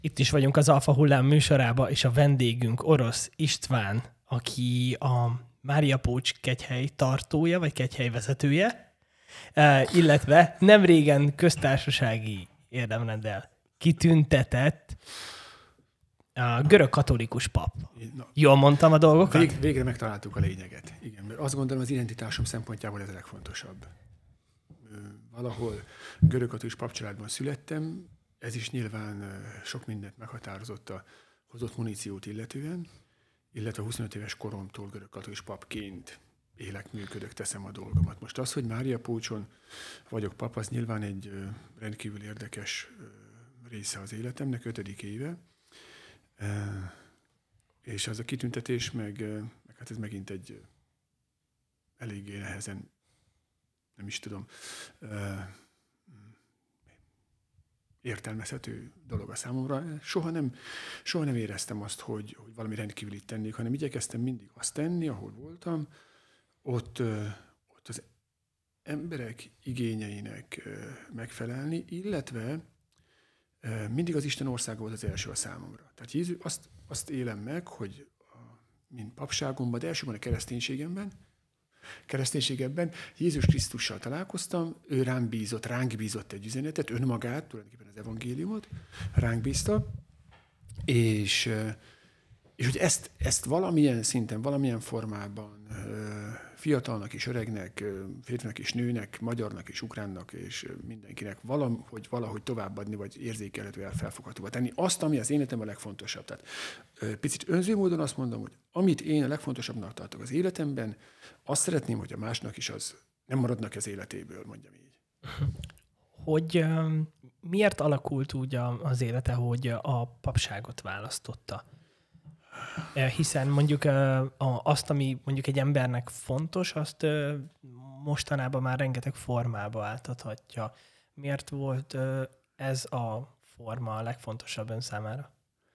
Itt is vagyunk az Alfa Hullám műsorába, és a vendégünk Orosz István, aki a Mária Pócs kegyhely tartója, vagy kegyhely vezetője, illetve nem régen köztársasági érdemrenddel kitüntetett görög katolikus pap. Jól mondtam a dolgokat? Végre megtaláltuk a lényeget. Igen, mert azt gondolom, az identitásom szempontjából ez a legfontosabb. Valahol görög katolikus papcsaládban születtem, ez is nyilván sok mindent meghatározott a hozott muníciót illetően, illetve 25 éves koromtól görög katolikus papként élek, működök, teszem a dolgomat. Most az, hogy Mária Pócson vagyok pap, az nyilván egy rendkívül érdekes része az életemnek, 5. éve, és az a kitüntetés, meg hát ez megint egy eléggé nehezen, nem is tudom, értelmezhető dolog a számomra. Soha nem éreztem azt, hogy valami rendkívülit tennék, hanem igyekeztem mindig azt tenni, ahol voltam, ott az emberek igényeinek megfelelni, illetve mindig az Isten országa volt az első a számomra. Tehát azt élem meg, hogy mint papságomban, de elsőben a kereszténységemben Jézus Krisztussal találkoztam, ő ránk bízott egy üzenetet, önmagát, tulajdonképpen az evangéliumot ránk bízta, és hogy ezt valamilyen szinten, valamilyen formában fiatalnak és öregnek, férfinak és nőnek, magyarnak és ukránnak és mindenkinek valahogy továbbadni, vagy érzékelhetően felfoghatóvá tenni azt, ami az életemben a legfontosabb. Tehát picit önző módon azt mondom, hogy amit én a legfontosabbnak tartok az életemben, azt szeretném, hogy a másnak is az nem maradnak az életéből, mondjam így. Hogy miért alakult úgy az élete, hogy a papságot választotta? Hiszen mondjuk azt, ami mondjuk egy embernek fontos, azt mostanában már rengeteg formába átadhatja. Miért volt ez a forma a legfontosabb ön számára?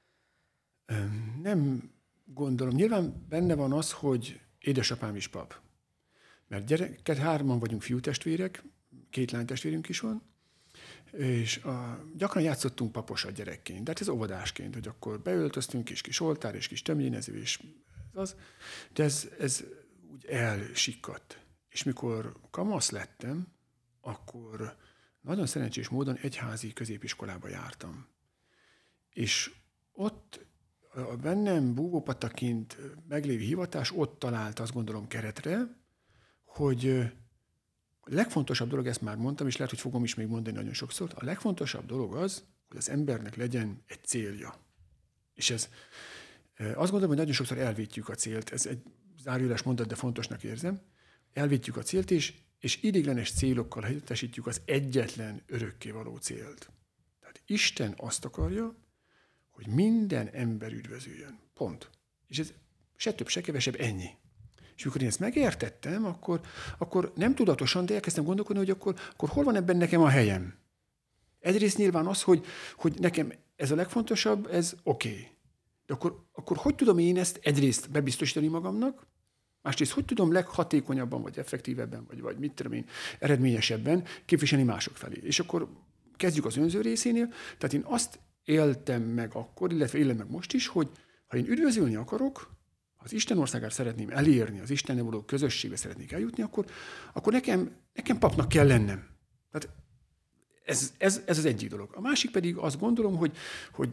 Nem gondolom. Nyilván benne van az, hogy édesapám is pap. Mert 3-an vagyunk fiútestvérek, 2 lánytestvérünk is van, és gyakran játszottunk paposat gyerekként, de hát ez óvodásként, hogy akkor beöltöztünk, és kis oltár, és kis tömjénező, és az. De ez úgy elsikkadt. És mikor kamasz lettem, akkor nagyon szerencsés módon egyházi középiskolába jártam. És ott a bennem búvópataként meglévő hivatás ott talált, azt gondolom, keretre, hogy a legfontosabb dolog, ezt már mondtam, és lehet, hogy fogom is még mondani nagyon sokszor, a legfontosabb dolog az, hogy az embernek legyen egy célja. És ez, azt gondolom, hogy nagyon sokszor elvétjük a célt, ez egy zárójeles mondat, de fontosnak érzem, elvétjük a célt, és ideiglenes célokkal helyettesítjük az egyetlen örökkévaló célt. Tehát Isten azt akarja, hogy minden ember üdvözüljön. Pont. És ez se több, se kevesebb, ennyi. És amikor én ezt megértettem, akkor nem tudatosan, de elkezdtem gondolkodni, hogy akkor hol van ebben nekem a helyem. Egyrészt nyilván az, hogy nekem ez a legfontosabb, ez oké. De akkor hogy tudom én ezt egyrészt bebiztosítani magamnak, másrészt hogy tudom leghatékonyabban, vagy effektívebben, vagy mit tudom én, eredményesebben képviselni mások felé. És akkor kezdjük az önző részénél. Tehát én azt éltem meg akkor, illetve élem meg most is, hogy ha én üdvözölni akarok, az Isten országát szeretném elérni, az Istennel való közösségbe szeretnék eljutni, akkor nekem papnak kell lennem. Tehát ez az egyik dolog. A másik pedig azt gondolom, hogy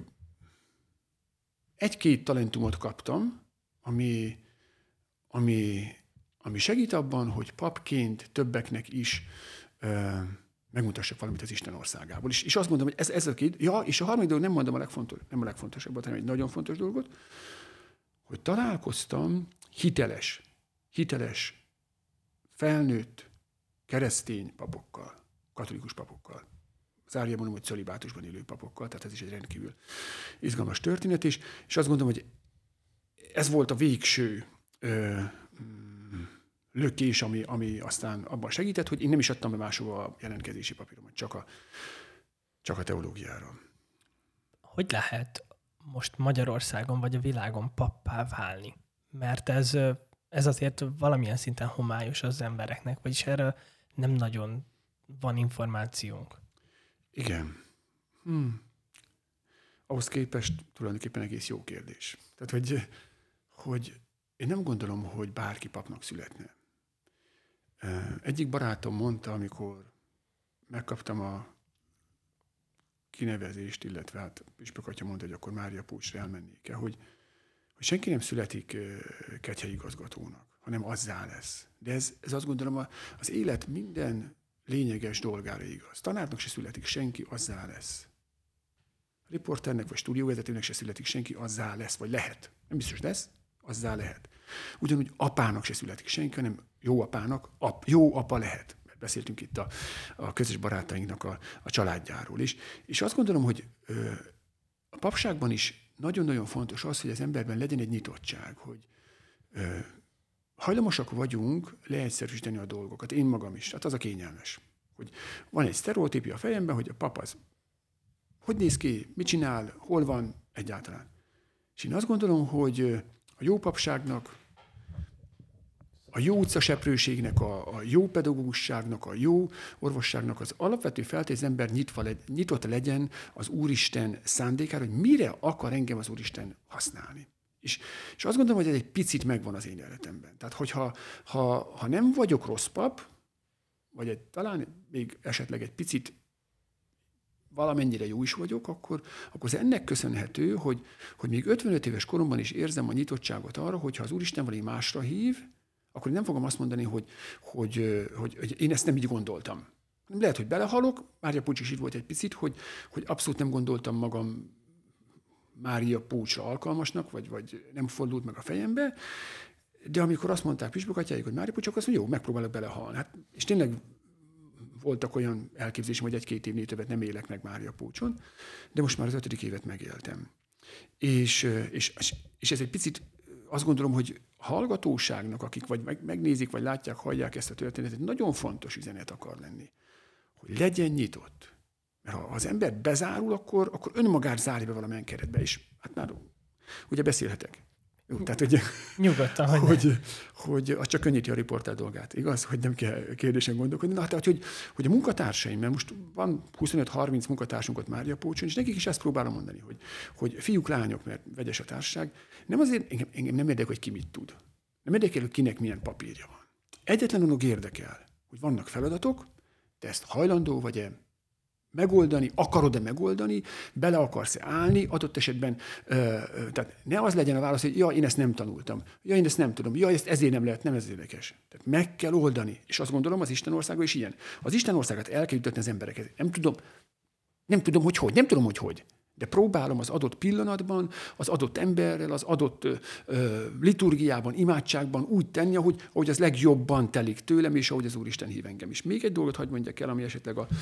1-2 talentumot kaptam, ami segít abban, hogy papként többeknek is megmutassak valamit az Isten országából. És azt mondom, hogy ez a 2. Ja, és a harmadik dolog, nem mondom nem a legfontosabbat, hanem egy nagyon fontos dolgot, hogy találkoztam hiteles, felnőtt, keresztény papokkal, katolikus papokkal. Zárójelben mondom, hogy cölibátusban élő papokkal, tehát ez is egy rendkívül izgalmas történet, és azt gondolom, hogy ez volt a végső lökés, ami aztán abban segített, hogy én nem is adtam be máshova a jelentkezési papíromat, csak a teológiára. Hogy lehet most Magyarországon vagy a világon pappá válni? Mert ez azért valamilyen szinten homályos az embereknek, vagyis erről nem nagyon van információnk. Igen. ahhoz képest tulajdonképpen egész jó kérdés. Tehát, hogy én nem gondolom, hogy bárki papnak születne. Egyik barátom mondta, amikor megkaptam a kinevezést, illetve hát püspök atya mondta, hogy akkor Mária Pucsra elmennék-e, hogy senki nem születik kegyhelyigazgatónak, hanem azzá lesz. De ez azt gondolom, az élet minden lényeges dolgára igaz. Tanárnak se születik senki, azzá lesz. Riporternek vagy stúdióvezetőnek se születik senki, azzá lesz, vagy lehet. Nem biztos lesz, azzá lehet. Ugyanúgy apának se születik senki, hanem jó apának, jó apa lehet. Beszéltünk itt a közös barátainknak a családjáról is. És azt gondolom, hogy a papságban is nagyon-nagyon fontos az, hogy az emberben legyen egy nyitottság, hogy hajlamosak vagyunk leegyszerűsíteni a dolgokat. Én magam is. Hát az a kényelmes. Hogy van egy sztereotípia a fejemben, hogy a pap az hogy néz ki, mit csinál, hol van egyáltalán. És én azt gondolom, hogy a jó papságnak, a jó utcaseprőségnek, a jó pedagógusságnak, a jó orvosságnak az alapvető feltétel, az ember nyitott legyen az Úristen szándékára, hogy mire akar engem az Úristen használni. És azt gondolom, hogy ez egy picit megvan az én életemben. Tehát, hogyha ha nem vagyok rossz pap, vagy talán még esetleg egy picit valamennyire jó is vagyok, akkor az ennek köszönhető, hogy még 55 éves koromban is érzem a nyitottságot arra, hogy ha az Úristen valami másra hív, akkor én nem fogom azt mondani, hogy én ezt nem így gondoltam. Lehet, hogy belehalok, Mária Pucs is így volt egy picit, hogy abszolút nem gondoltam magam Mária Pucsra alkalmasnak, vagy nem fordult meg a fejembe, de amikor azt mondták püspökatyáik, hogy Mária Pucs, akkor azt mondja, jó, megpróbálok belehalni. Hát, és tényleg voltak olyan elképzelésem, hogy 1-2 évnél többet nem élek meg Mária Pucson, de most már az 5. évet megéltem. És ez egy picit azt gondolom, hogy hallgatóságnak, akik vagy megnézik, vagy látják, hallják ezt a történetet, nagyon fontos üzenet akar lenni, hogy legyen nyitott. Mert ha az ember bezárul, akkor önmagát zárja be valamilyen keretbe, és hát már ugye beszélhetek. Jó, tehát, nyugodtan, hogy az csak könnyíti a riporter dolgát, igaz? Hogy nem kell kérdésen gondolkodni. Na, tehát, hogy a munkatársaim, mert most van 25-30 munkatársunk ott Mária Pucson, és nekik is ezt próbálom mondani, hogy fiúk, lányok, mert vegyes a társaság, nem azért, engem nem érdekel, hogy ki mit tud. Nem érdekel, hogy kinek milyen papírja van. Egyetlen dolog érdekel, hogy vannak feladatok, te ezt hajlandó vagy-e megoldani, akarod-e megoldani, bele akarsz-e állni, adott esetben, tehát ne az legyen a válasz, hogy ja, én ezt nem tanultam, ja, én ezt nem tudom, ja, ezt ezért nem lehet, nem ez érdekes. Tehát meg kell oldani. És azt gondolom, az Isten országa is ilyen. Az Isten országát el kell jutatni az emberekhez. Nem tudom, hogy. De próbálom az adott pillanatban, az adott emberrel, az adott liturgiában, imádságban úgy tenni, ahogy az legjobban telik tőlem, és ahogy az Úristen hív engem is. Még egy dolgot hadd mondjak el, ami esetleg a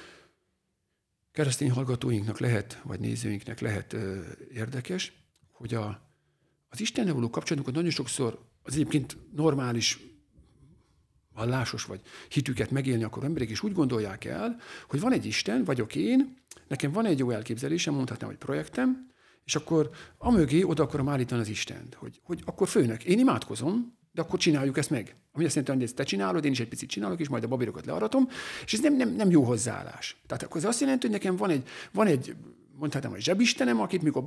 keresztény hallgatóinknak lehet, vagy nézőinknek lehet érdekes, hogy az Istennel való kapcsolatunkat nagyon sokszor az egyébként normális vallásos vagy hitüket megélni akkor emberek is úgy gondolják el, hogy van egy Isten, vagyok én, nekem van egy jó elképzelésem, mondhatnám, hogy projektem, és akkor amögé oda akarom állítani az Istent, hogy akkor főnök, én imádkozom, de akkor csináljuk ezt meg. Ami azt jelenti, hogy ezt te csinálod, én is egy picit csinálok, és majd a babírokat learatom, és ez nem jó hozzáállás. Tehát akkor ez azt jelenti, hogy nekem van egy mondhatnám, hogy zsebistenem, akit mikor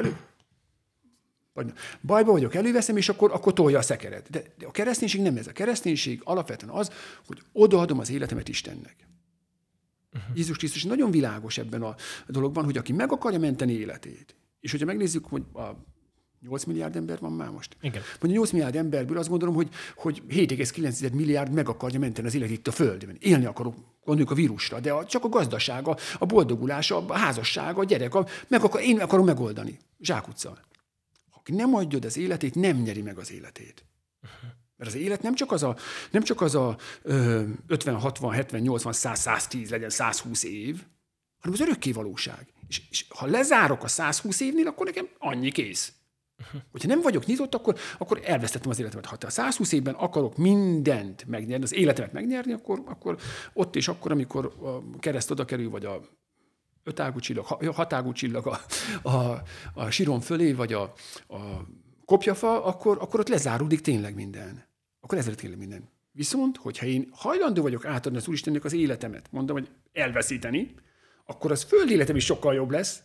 bajba vagyok, előveszem, és akkor tolja a szekeret. De a kereszténység nem ez. A kereszténység alapvetően az, hogy odaadom az életemet Istennek. Jézus Krisztus nagyon világos ebben a dologban, hogy aki meg akarja menteni életét, és hogyha megnézzük, hogy a 8 milliárd ember van már most. Igen. Mondjuk 8 milliárd emberből azt gondolom, hogy 7,9 milliárd meg akarja menteni az életét itt a Földön. Élni akarok, gondoljuk a vírusra, de csak a gazdasága, a boldogulása, a házassága, a gyerek, én akarom megoldani. Zsákutccal. Ha nem adjad az életét, nem nyeri meg az életét. Mert az élet nem csak az a 50, 60, 70, 80, 100, 110 legyen 120 év, hanem az örökké valóság. És ha lezárok a 120 évnél, akkor nekem annyi kész. Hogyha nem vagyok nyitott, akkor elvesztettem az életemet. Ha te a 120 évben akarok mindent megnyerni, az életemet megnyerni, akkor ott és akkor, amikor a kereszt oda kerül, vagy a 5-ágú csillag, 6-ágú csillag a síron fölé, vagy a kopjafa, akkor ott lezáródik tényleg minden. Akkor ezért tényleg minden. Viszont, hogyha én hajlandó vagyok átadni az Úristennek az életemet, mondom, hogy elveszíteni, akkor az földi életem is sokkal jobb lesz,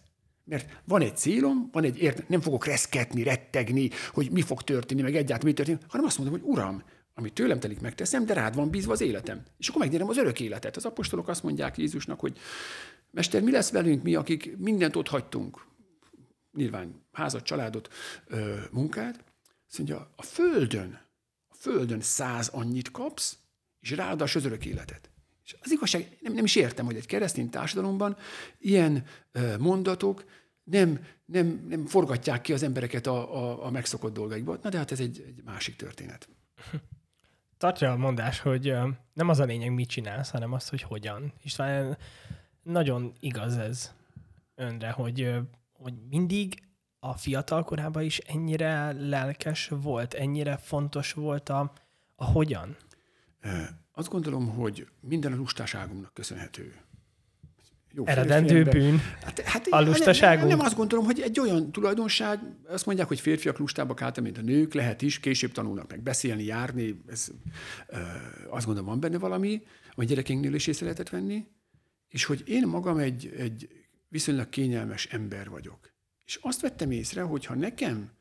Mert van egy célom, nem fogok reszketni, rettegni, hogy mi fog történni, meg egyáltalán mi történik, hanem azt mondom, hogy Uram, amit tőlem telik, megteszem, de rád van bízva az életem. És akkor megnyerem az örök életet. Az apostolok azt mondják Jézusnak, hogy Mester, mi lesz velünk, mi, akik mindent ott hagytunk, nyilván házat, családot, munkát, azt mondja, a földön 100 annyit kapsz, és ráadásul az örök életet. És az igazság, nem is értem, hogy egy keresztény társadalomban ilyen mondatok nem forgatják ki az embereket a megszokott dolgaikba. Na de hát ez egy másik történet. Tartja a mondás, hogy nem az a lényeg, mit csinálsz, hanem az, hogy hogyan. István, nagyon igaz ez önre, hogy mindig a fiatal korában is ennyire lelkes volt, ennyire fontos volt a hogyan? Azt gondolom, hogy minden a lustaságunknak köszönhető. Jó, eredendő bűn. A lustaságunk? Nem azt gondolom, hogy egy olyan tulajdonság, azt mondják, hogy férfiak lustábbak által, mint a nők, lehet is, később tanulnak meg beszélni, járni, ez, azt gondolom, van benne valami, a gyerekeinknél is észre lehetett venni, és hogy én magam egy viszonylag kényelmes ember vagyok. És azt vettem észre, hogy ha nekem,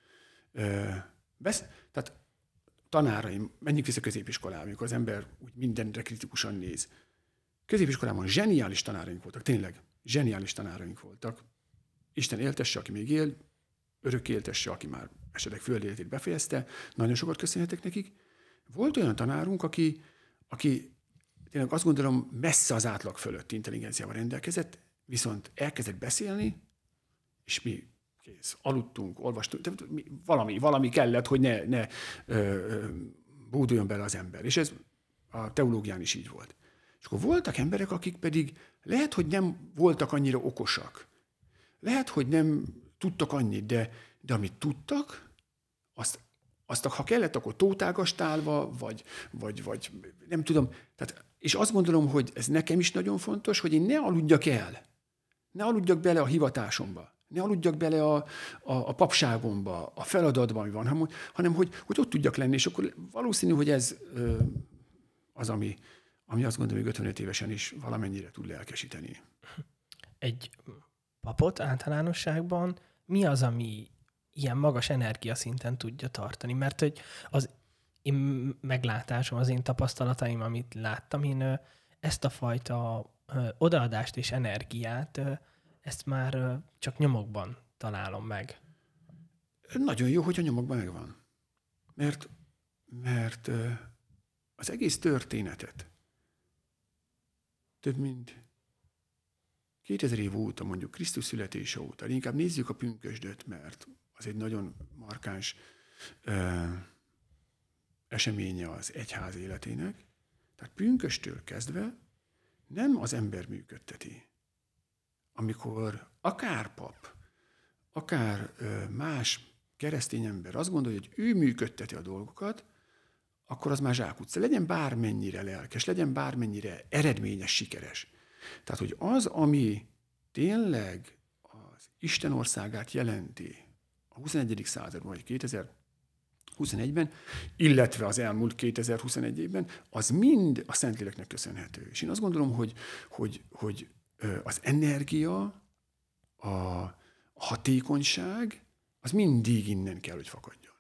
tehát tanáraim, menjünk vissza középiskolába, amikor az ember úgy mindenre kritikusan néz. Középiskolában zseniális tanáraink voltak, tényleg zseniális tanáraink voltak. Isten éltesse, aki még él, örök éltesse, aki már esetleg földi életét befejezte. Nagyon sokat köszönhetek nekik. Volt olyan tanárunk, aki tényleg azt gondolom messze az átlag fölött intelligenciával rendelkezett, viszont elkezdett beszélni, és mi kész, aludtunk, olvastunk, valami kellett, hogy ne búduljon bele az ember. És ez a teológián is így volt. És akkor voltak emberek, akik pedig lehet, hogy nem voltak annyira okosak. Lehet, hogy nem tudtak annyit, de amit tudtak, azt ha kellett, akkor tótágastálva, vagy nem tudom. Tehát, és azt gondolom, hogy ez nekem is nagyon fontos, hogy én ne aludjak el. Ne aludjak bele a hivatásomba. Ne aludjak bele a papságomba, a feladatban, ami van, hanem hogy ott tudjak lenni, és akkor valószínű, hogy ez az, ami azt gondolom, hogy 55 évesen is valamennyire tud lelkesíteni. Egy papot általánosságban mi az, ami ilyen magas energiaszinten tudja tartani? Mert hogy az én meglátásom, az én tapasztalataim, amit láttam, én ezt a fajta odaadást és energiát, ezt már csak nyomokban találom meg. Nagyon jó, hogy a nyomokban megvan. Mert az egész történetet több mint 2000 év óta, mondjuk Krisztus születése óta, inkább nézzük a pünkösdöt, mert az egy nagyon markáns eseménye az egyház életének. Tehát pünkösttől kezdve nem az ember működteti. Amikor akár pap, akár más keresztény ember azt gondolja, hogy ő működteti a dolgokat, akkor az már zsákutca. Legyen bármennyire lelkes, legyen bármennyire eredményes, sikeres. Tehát, hogy az, ami tényleg az Isten országát jelenti a 21. században, vagy 2021-ben, illetve az elmúlt 2021 évben, az mind a Szentléleknek köszönhető. És én azt gondolom, hogy az energia, a hatékonyság, az mindig innen kell, hogy fakadjon.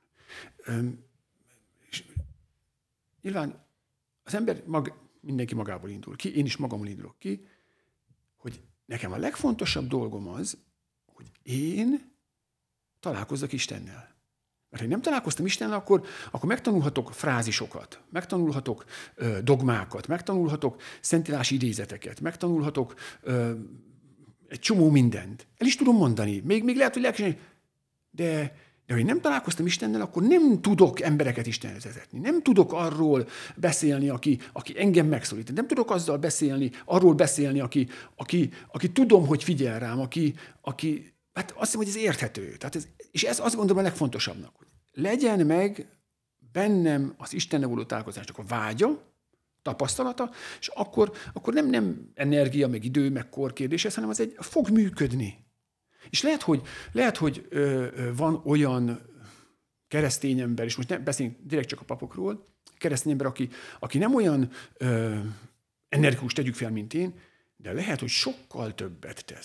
És nyilván az ember mindenki magából indul ki, én is magamból indulok ki, hogy nekem a legfontosabb dolgom az, hogy én találkozzak Istennel. Mert ha nem találkoztam Istennel, akkor megtanulhatok frázisokat, megtanulhatok dogmákat, megtanulhatok szentírási idézeteket, megtanulhatok egy csomó mindent. El is tudom mondani. Még lehet, hogy lelkesen, de ha én nem találkoztam Istennel, akkor nem tudok embereket Istenhez vezetni. Nem tudok arról beszélni, aki engem megszólít. Nem tudok arról beszélni, aki tudom, hogy figyel rám, aki hát azt hiszem, hogy ez érthető. Tehát és ez azt gondolom a legfontosabbnak, hogy legyen meg bennem az Istennel való találkozásnak a vágya, tapasztalata, és akkor nem energia, meg idő, meg kor kérdése, hanem az fog működni. És lehet, hogy van olyan keresztény ember, és most beszéljünk direkt csak a papokról, keresztény ember, aki nem olyan energikus, tegyük fel, mint én, de lehet, hogy sokkal többet tesz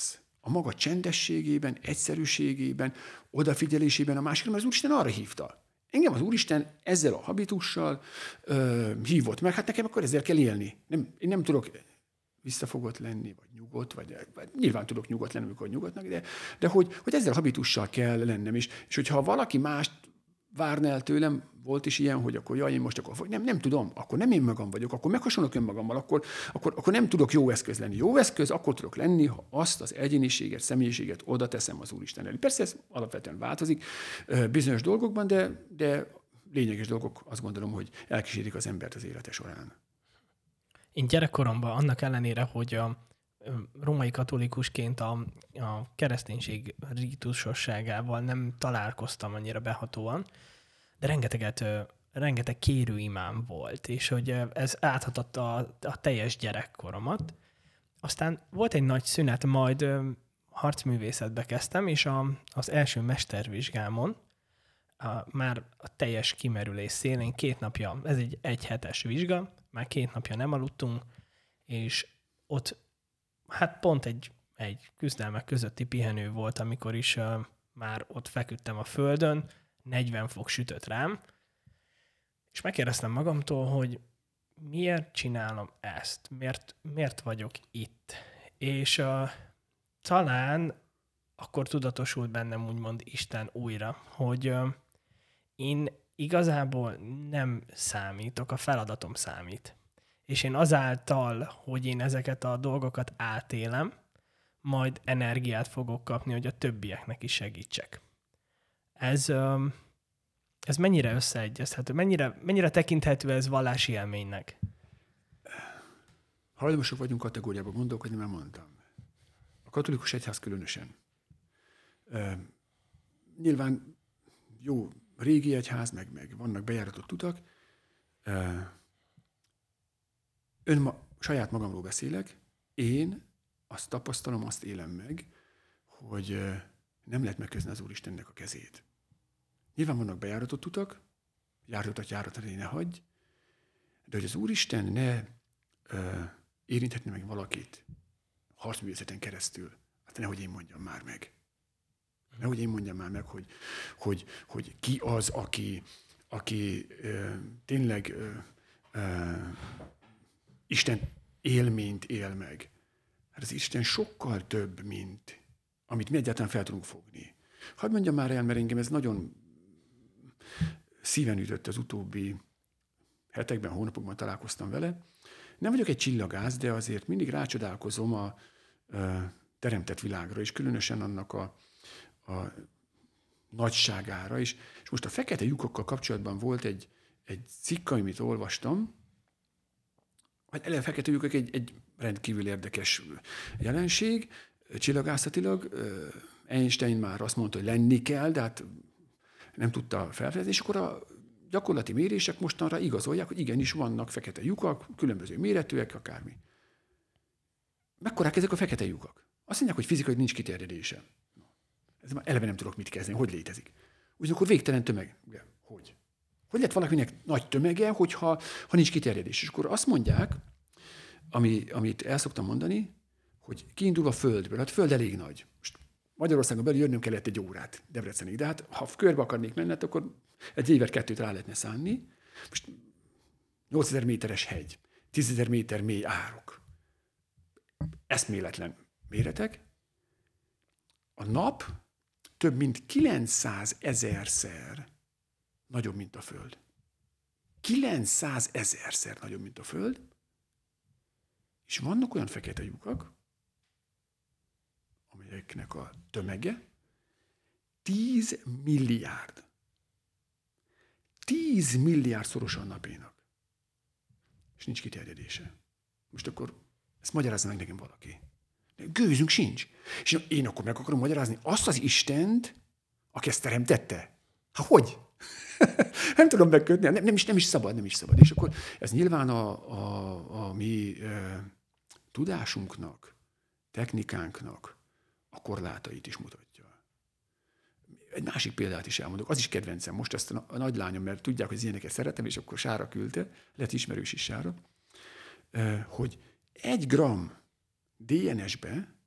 a maga csendességében, egyszerűségében, odafigyelésében a másikra, mert az Úristen arra hívta. Engem az Úristen ezzel a habitussal hívott meg, hát nekem akkor ezzel kell élni. Én nem tudok visszafogott lenni, vagy nyugodt, vagy nyilván tudok nyugodt lenni, amikor nyugodtnak, de hogy ezzel a habitussal kell lennem is. És hogyha valaki mást várna el tőlem, volt is ilyen, hogy akkor én most akkor nem tudom, akkor nem én magam vagyok, akkor meghasonlok önmagammal, akkor nem tudok jó eszköz lenni. Jó eszköz akkor tudok lenni, ha azt az egyéniséget, személyiséget oda teszem az Úristen elé. Persze ez alapvetően változik bizonyos dolgokban, de lényeges dolgok azt gondolom, hogy elkísérik az embert az élete során. Én gyerekkoromban annak ellenére, hogy a római katolikusként a kereszténység rítusosságával nem találkoztam annyira behatóan, de rengeteg kérőimám volt, és hogy ez áthatatta a teljes gyerekkoromat. Aztán volt egy nagy szünet, majd harcművészetbe kezdtem, és az első mestervizsgámon már a teljes kimerülés szélén 2 napja, ez egy 1 hetes vizsga, már 2 napja nem aludtunk, és ott hát pont egy küzdelmek közötti pihenő volt, amikor is már ott feküdtem a földön, 40 fok sütött rám, és megkérdeztem magamtól, hogy miért csinálom ezt, miért vagyok itt. És talán akkor tudatosult bennem úgymond Isten újra, hogy én igazából nem számítok, a feladatom számít. És én azáltal, hogy én ezeket a dolgokat átélem, majd energiát fogok kapni, hogy a többieknek is segítsek. Ez mennyire összeegyezhető? Mennyire tekinthető ez vallási élménynek? Hajlamosok vagyunk kategóriában gondolkodni, mert mondtam. A katolikus egyház különösen. Nyilván jó régi egyház, meg vannak bejáratott utak. Saját magamról beszélek. Én azt tapasztalom, azt élem meg, hogy nem lehet megközni az Úristennek a kezét. Nyilván vannak bejáratott utak, járatot ne hagyj, de hogy az Úristen ne érinthetne meg valakit harcművészeten keresztül, hát nehogy én mondjam már meg. Nehogy én mondjam már meg, hogy ki az, aki tényleg Isten élményt él meg. Hát az Isten sokkal több, mint amit mi egyáltalán fel tudunk fogni. Hadd mondjam már el, mert engem ez nagyon szíven ütött az utóbbi hetekben, hónapokban találkoztam vele. Nem vagyok egy csillagász, de azért mindig rácsodálkozom a teremtett világra, és különösen annak a nagyságára is. És most a fekete lyukokkal kapcsolatban volt egy cikk, amit olvastam, hogy eleve fekete lyukak egy rendkívül érdekes jelenség, csillagászatilag. Einstein már azt mondta, hogy lenni kell, de hát nem tudta felfedezni, és akkor a gyakorlati mérések mostanra igazolják, hogy igenis vannak fekete lyukak, különböző méretűek, akármi. Mekkorák ezek a fekete lyukak? Azt mondják, hogy fizikai nincs kiterjedése. Ez már eleve nem tudok mit kezdeni, hogy létezik. Ugyanakkor végtelen tömeg. Hogy? Hogy lehet valakinek nagy tömege, hogyha nincs kiterjedés? És akkor azt mondják, amit el szoktam mondani, hogy kiindul a Földből. Hát a Föld elég nagy. Most Magyarországon belül jönnöm kellett 1 órát Debrecenig, de hát ha körbe akarnék menni, akkor 1 évet 2 rá lehetne szánni. Most 8000 méteres hegy, 10 000 méter mély árok. Eszméletlen méretek. A nap több mint 900 000-szer nagyobb, mint a Föld. 900 000-szer nagyobb, mint a Föld. És vannak olyan fekete lyukak, amelyeknek a tömege 10 milliárd. 10 milliárd szorosa a napénak. És nincs kiterjedése. Most akkor ezt magyarázza meg nekem valaki. Gőzünk sincs. És én akkor meg akarom magyarázni azt az Istent, aki ezt teremtette. Hát hogy? Nem tudom megkötni, nem is szabad. És akkor ez nyilván a mi tudásunknak, technikánknak a korlátait is mutatja. Egy másik példát is elmondok, az is kedvencem. Most ezt a nagylányom, mert tudják, hogy az ilyeneket szeretem, és akkor Sára küldte, lett ismerős is Sára, hogy 1 gram DNS-be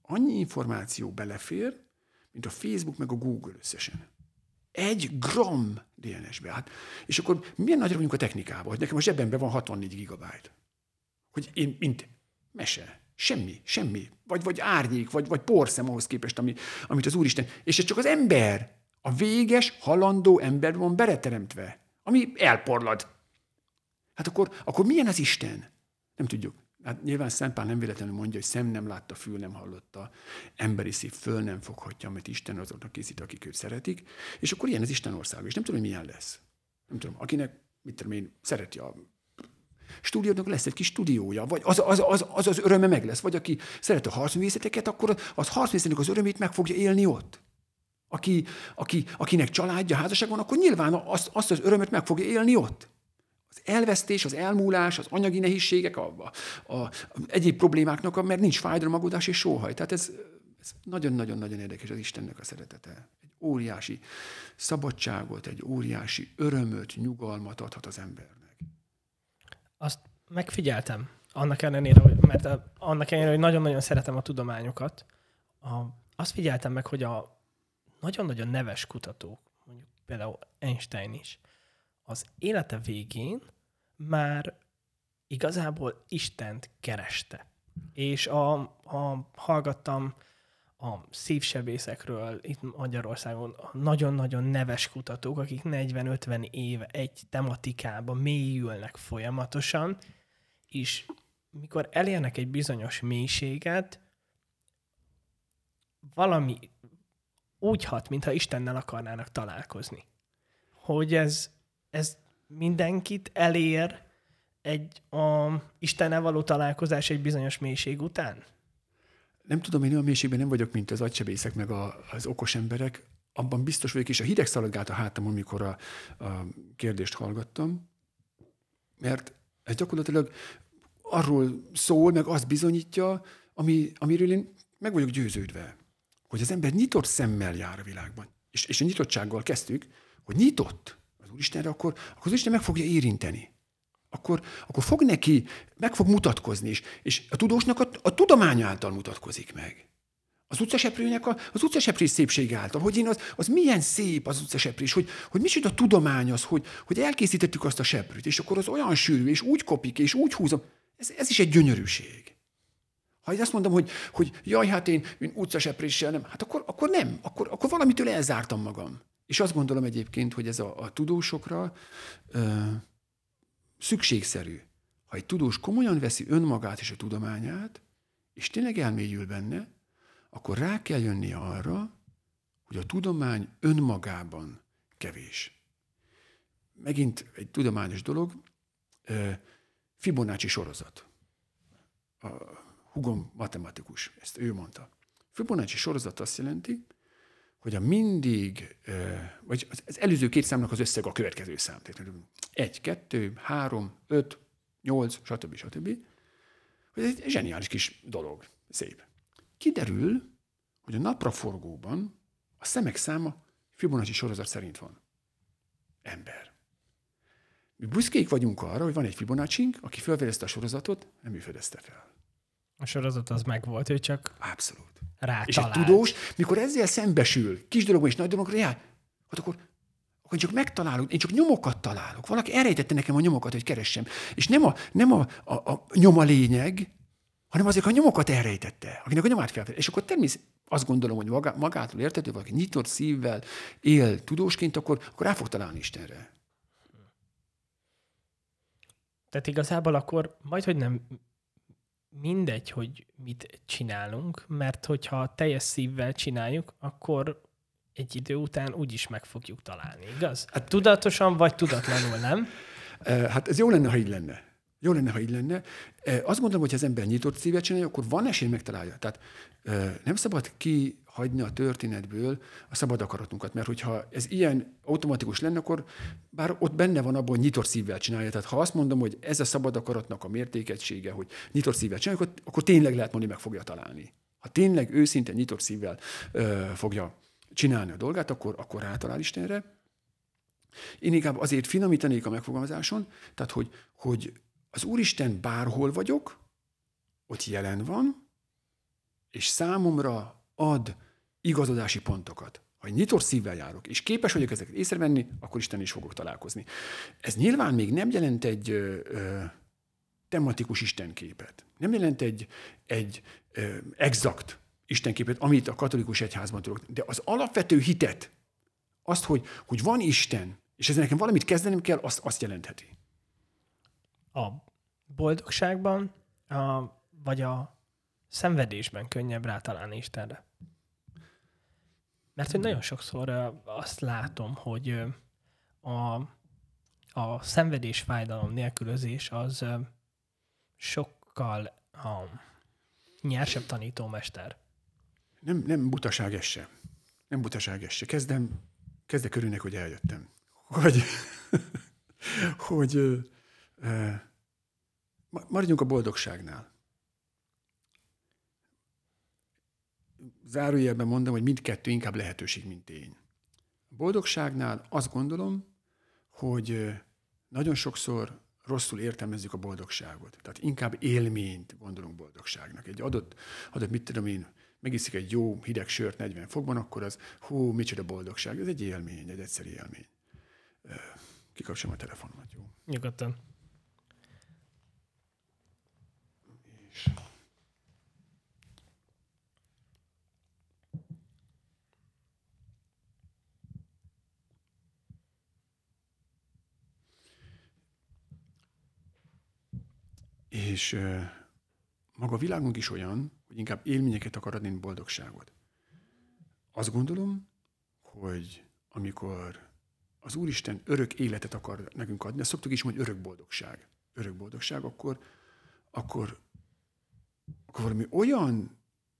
annyi információ belefér, mint a Facebook meg a Google összesen. 1 gram DNS-be. Hát, és akkor milyen nagyra vagyunk a technikában, hogy nekem a zsebemben van 64 gigabyte. Hogy én, mint mese, semmi. Vagy árnyék, vagy porszem ahhoz képest, amit az Úristen. És ez csak az ember, a véges, halandó ember van bereteremtve, ami elporlad. Hát akkor milyen az Isten? Nem tudjuk. Hát nyilván Szent Pál nem véletlenül mondja, hogy szem nem látta, fül nem hallotta, emberi szív föl nem foghatja, amit Isten azoknak készít, akik őt szeretik. És akkor ilyen az Isten ország, és nem tudom, hogy milyen lesz. Nem tudom, akinek, mit tudom én, szereti a stúdiónak, lesz egy kis stúdiója, vagy az öröme meg lesz, vagy aki szeret a harcművészeteket, akkor az harcművészetnek az örömét meg fogja élni ott. Akinek családja, házasság van, akkor nyilván azt az örömet meg fogja élni ott. Az elvesztés, az elmúlás, az anyagi nehézségek, a egyéb problémáknak, mert nincs fájdalom, aggódás és sóhaj. Tehát ez nagyon-nagyon-nagyon érdekes az Istennek a szeretete. Egy óriási szabadságot, egy óriási örömöt, nyugalmat adhat az embernek. Azt megfigyeltem, annak ellenére, hogy nagyon-nagyon szeretem a tudományokat, azt figyeltem meg, hogy a nagyon-nagyon neves kutatók, mondjuk például Einstein is, az élete végén már igazából Istent kereste. És hallgattam a szívsebészekről itt Magyarországon nagyon-nagyon neves kutatók, akik 40-50 éve egy tematikába mélyülnek folyamatosan, és mikor elérnek egy bizonyos mélységet, valami úgy hat, mintha Istennel akarnának találkozni. Hogy ez mindenkit elér Istennel való találkozás egy bizonyos mélység után? Nem tudom, én olyan mélységben nem vagyok, mint az agysebészek, meg az okos emberek. Abban biztos vagyok, és a hideg szaladgált a hátamon, amikor a kérdést hallgattam, mert ez gyakorlatilag arról szól, meg azt bizonyítja, amiről én meg vagyok győződve, hogy az ember nyitott szemmel jár a világban. És a nyitottsággal kezdtük, hogy nyitott az Úristenre, akkor az Úristen meg fogja érinteni. Akkor meg fog mutatkozni, és a tudósnak a tudomány által mutatkozik meg. Az utcaseprőnek az utcaseprés szépsége által, hogy az milyen szép az utcaseprés, hogy micsoda tudomány az, hogy elkészítettük azt a seprűt, és akkor az olyan sűrű, és úgy kopik, és úgy húzom. Ez is egy gyönyörűség. Ha én azt mondom, hogy jaj, hát én utcasepréssel nem, hát akkor nem, akkor valamitől elzártam magam. És azt gondolom egyébként, hogy ez a tudósokra szükségszerű. Ha egy tudós komolyan veszi önmagát és a tudományát, és tényleg elmélyül benne, akkor rá kell jönnie arra, hogy a tudomány önmagában kevés. Megint egy tudományos dolog, Fibonacci sorozat. A húgom matematikus, ezt ő mondta. Fibonacci sorozat azt jelenti, hogy vagy az előző két számnak az összeg a következő szám. 1, 2, 3, 5, 8, stb. Hogy ez egy zseniális kis dolog. Szép. Kiderül, hogy a napraforgóban a szemek száma Fibonacci sorozat szerint van. Ember. Mi büszkék vagyunk arra, hogy van egy Fibonacci-nk, aki felfedezte a sorozatot, nem ő fedezte fel. A sorozat az megvolt, ő csak abszolút. Rátalált. És egy tudós, mikor ezzel szembesül, kis dologban és nagy dologra jár, hát akkor csak megtalálok, én csak nyomokat találok. Valaki elrejtette nekem a nyomokat, hogy keressem. És nem a nyom a lényeg, hanem azért a nyomokat elrejtette, akinek a nyomát felfedezte. És akkor természetesen azt gondolom, hogy magától értető, valaki nyitott szívvel él tudósként, akkor rá fog találni Istenre. Tehát igazából akkor majdhogy nem mindegy, hogy mit csinálunk, mert hogyha teljes szívvel csináljuk, akkor egy idő után úgyis meg fogjuk találni, igaz? Hát tudatosan vagy tudatlanul, nem? Hát ez jó lenne, ha így lenne. Jó lenne, ha így lenne. Azt gondolom, hogy ha az ember nyitott szívvel csinálja, akkor van esély megtalálja. Tehát nem szabad kihagyni a történetből a szabad akaratunkat, mert hogyha ez ilyen automatikus lenne, akkor bár ott benne van abban, hogy nyitott szívvel csinálja. Tehát ha azt mondom, hogy ez a szabad akaratnak a mértékegysége, hogy nyitott szívvel csinálja, akkor tényleg lehet mondani, meg fogja találni. Ha tényleg őszintén nyitott szívvel fogja csinálni a dolgát, akkor rátalál Istenre. Én inkább azért finomítanék a megfogalmazáson, tehát hogy az Úristen bárhol vagyok, ott jelen van, és számomra ad igazodási pontokat. Ha nyitott szívvel járok, és képes vagyok ezeket észrevenni, akkor Isten is fogok találkozni. Ez nyilván még nem jelent egy tematikus istenképet. Nem jelent egy exakt istenképet, amit a katolikus egyházban tudok. De az alapvető hitet, azt, hogy van Isten, és ezzel nekem valamit kezdenem kell, azt jelentheti. A boldogságban, vagy a szenvedésben könnyebb rátalálni Istenre. Mert hogy nagyon sokszor azt látom, hogy a szenvedés, fájdalom nélkülözés az sokkal nyersebb tanítómester. Nem butaság ez se. Nem butaság ez se. Kezdek örülni, hogy eljöttem. Hogy maradjunk a boldogságnál. Zárójelben mondom, hogy mindkettő inkább lehetőség, mint tény. A boldogságnál azt gondolom, hogy nagyon sokszor rosszul értelmezzük a boldogságot. Tehát inkább élményt gondolunk boldogságnak. Egy adott mit tudom én, megiszik egy jó hideg sört 40 fokban, akkor az, micsoda boldogság. Ez egy élmény, egy egyszerű élmény. Kikapcsolom a telefonomat, jó? Nyugodtan. És maga a világunk is olyan, hogy inkább élményeket akar adni, mint boldogságot. Azt gondolom, hogy amikor az Úristen örök életet akar nekünk adni, azt szoktuk is mondani, hogy örök boldogság, akkor valami olyan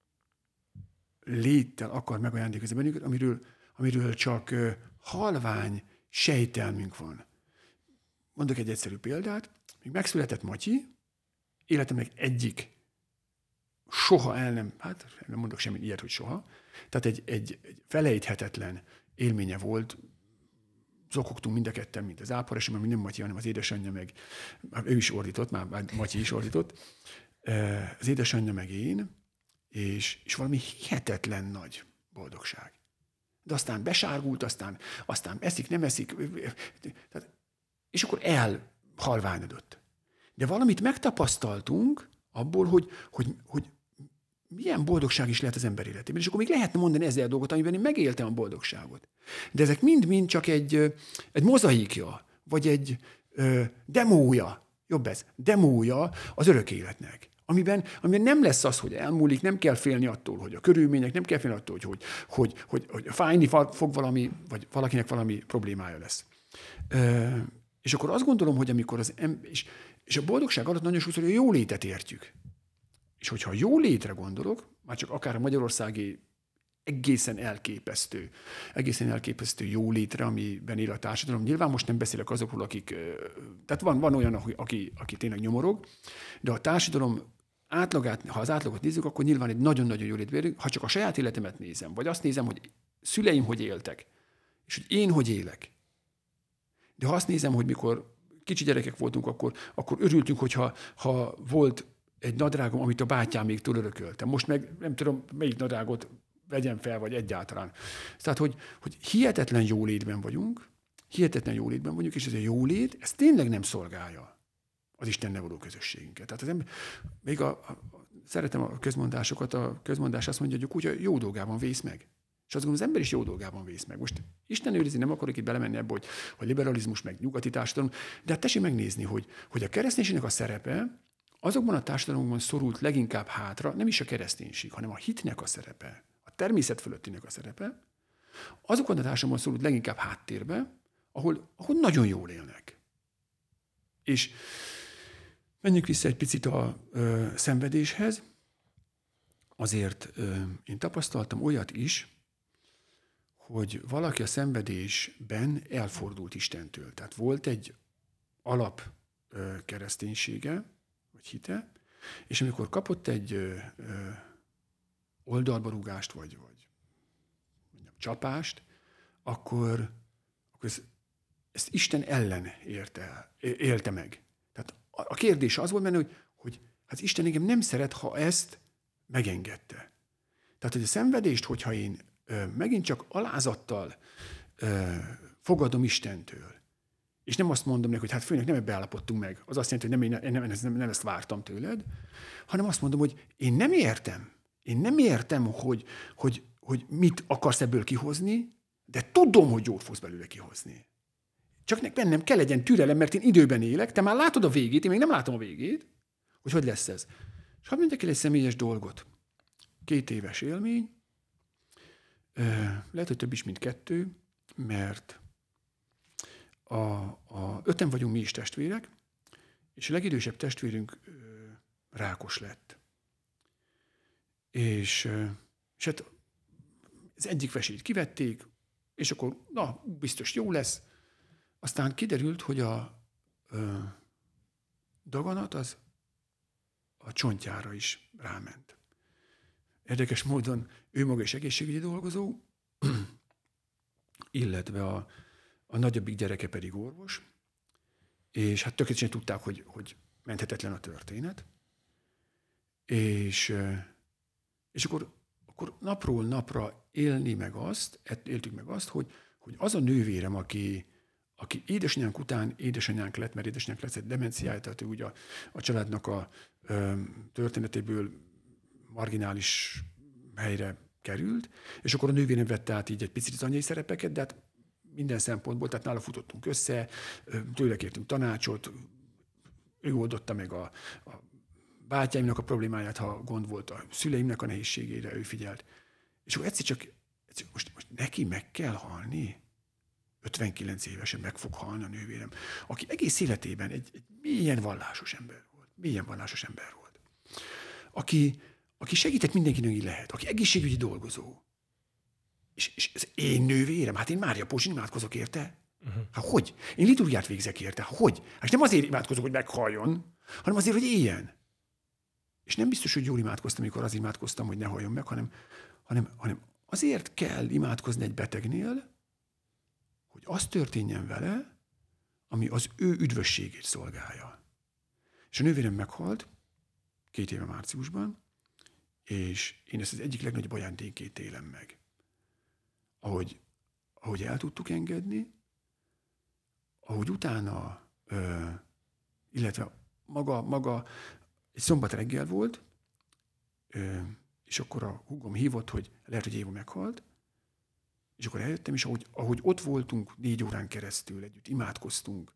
léttel akar megajándékozni bennünket, amiről csak halvány sejtelmünk van. Mondok egy egyszerű példát. Még megszületett Matyi, életemnek egyik soha nem mondok semmi ilyet, hogy soha. Tehát egy felejthetetlen élménye volt. Zokogtunk mind a ketten, mint az ápolásban, ami nem Matyi, hanem az édesanyja meg, ő is ordított, már Matyi is ordított, az édesanyja meg én, és valami hihetetlen nagy boldogság. De aztán besárgult, aztán eszik, nem eszik, és akkor elhalványodott. De valamit megtapasztaltunk abból, hogy milyen boldogság is lehet az ember életében. És akkor még lehetne mondani 1000 dolgot, amiben én megéltem a boldogságot. De ezek mind-mind csak egy mozaikja, vagy egy demója, demója az örök életnek. Amiben nem lesz az, hogy elmúlik, nem kell félni attól, hogy a körülmények, nem kell félni attól, hogy fájni fog valami, vagy valakinek valami problémája lesz. És akkor azt gondolom, hogy amikor és a boldogság alatt nagyon sokszor a jólétet értjük. És hogyha a jólétre gondolok, már csak akár a magyarországi egészen elképesztő jólétre, amiben él a társadalom. Nyilván most nem beszélek azokról, akik... Tehát van olyan, aki tényleg nyomorog, de a társadalom átlagát, ha az átlagot nézzük, akkor nyilván egy nagyon-nagyon jólétben élünk. Ha csak a saját életemet nézem, vagy azt nézem, hogy szüleim hogy éltek, és hogy én hogy élek. De ha azt nézem, hogy mikor kicsi gyerekek voltunk, akkor örültünk, hogyha volt egy nadrágom, amit a bátyáméktól örököltem. Most meg nem tudom, melyik nadrágot vegyem fel, vagy egyáltalán. Tehát, hogy hihetetlen jólétben vagyunk, és ez a jólét, ez tényleg nem szolgálja az Istennel való közösségünket. Tehát az ember, még szeretem a közmondásokat, a közmondás azt mondja, hogy úgy a jó dolgában vész meg. És azt gondolom, az ember is jó dolgában vész meg. Most Isten őrizi, nem akarok itt belemenni ebbe, hogy liberalizmus, meg nyugati társadalom, de hát tessék megnézni, hogy a kereszténységnek a szerepe azokban a társadalomban szorult leginkább hátra, nem is a kereszténység, hanem a hitnek a szerepe, a természet fölöttinek a szerepe, azokban a társadalomban szorult leginkább háttérbe, ahol nagyon jól élnek. És menjünk vissza egy picit a szenvedéshez. Azért én tapasztaltam olyat is, hogy valaki a szenvedésben elfordult Istentől. Tehát volt egy alap kereszténysége, vagy hite, és amikor kapott egy oldalbarúgást, vagy csapást, akkor ezt Isten ellen élte meg. Tehát a kérdés az volt benne, hogy hát Isten engem nem szeret, ha ezt megengedte. Tehát, hogy a szenvedést, hogyha én megint csak alázattal fogadom Istentől, és nem azt mondom neki, hogy hát főnök, nem ebbe állapodtunk meg. Az azt jelenti, hogy nem ezt vártam tőled, hanem azt mondom, hogy én nem értem. Én nem értem, hogy mit akarsz ebből kihozni, de tudom, hogy jót fogsz belőle kihozni. Csak bennem kell legyen türelem, mert én időben élek, te már látod a végét, én még nem látom a végét, hogy lesz ez. És hadd mondjak el egy személyes dolgot. 2 éves élmény, lehet, hogy több is, mint 2, mert a 5-en vagyunk mi is testvérek, és a legidősebb testvérünk rákos lett. És hát az egyik vesélyt kivették, és akkor biztos jó lesz. Aztán kiderült, hogy a daganat az a csontjára is ráment. Érdekes módon ő maga is egészségügyi dolgozó, illetve a nagyobbik gyereke pedig orvos, és hát tökéletesen tudták, hogy menthetetlen a történet. És akkor napról napra éltük meg azt, hogy az a nővérem, aki édesanyánk után édesanyánk lett, mert édesanyánk lett egy demenciája, tehát ő ugye a családnak a történetéből marginális helyre került, és akkor a nővérem vette át így egy picit az anyai szerepeket, de hát minden szempontból, tehát nála futottunk össze, tőle kértünk tanácsot, ő oldotta meg a bátyáimnak a problémáját, ha gond volt, a szüleimnek a nehézségére ő figyelt. És akkor egyszer csak most neki meg kell halni? 59 évesen meg fog halni a nővérem, aki egész életében egy mélyen vallásos ember volt. Aki segített mindenkinek, így lehet, aki egészségügyi dolgozó. És az én nővérem, hát én Mária Pózsin imádkozok érte. Hát hogy? Én liturgiát végzek érte. Hogy? Hát nem azért imádkozok, hogy meghaljon, hanem azért, hogy éljen. És nem biztos, hogy jól imádkoztam, amikor azért imádkoztam, hogy ne halljon meg, hanem azért kell imádkozni egy betegnél, hogy az történjen vele, ami az ő üdvösségét szolgálja. És a nővérem meghalt 2 éve márciusban, és én ezt az egyik legnagyobb ajándékét élem meg. Ahogy el tudtuk engedni, ahogy utána, illetve maga egy szombat reggel volt, és akkor a húgom hívott, hogy lehet, hogy Éva meghalt, és akkor eljöttem, és ahogy ott voltunk 4 órán keresztül, együtt imádkoztunk,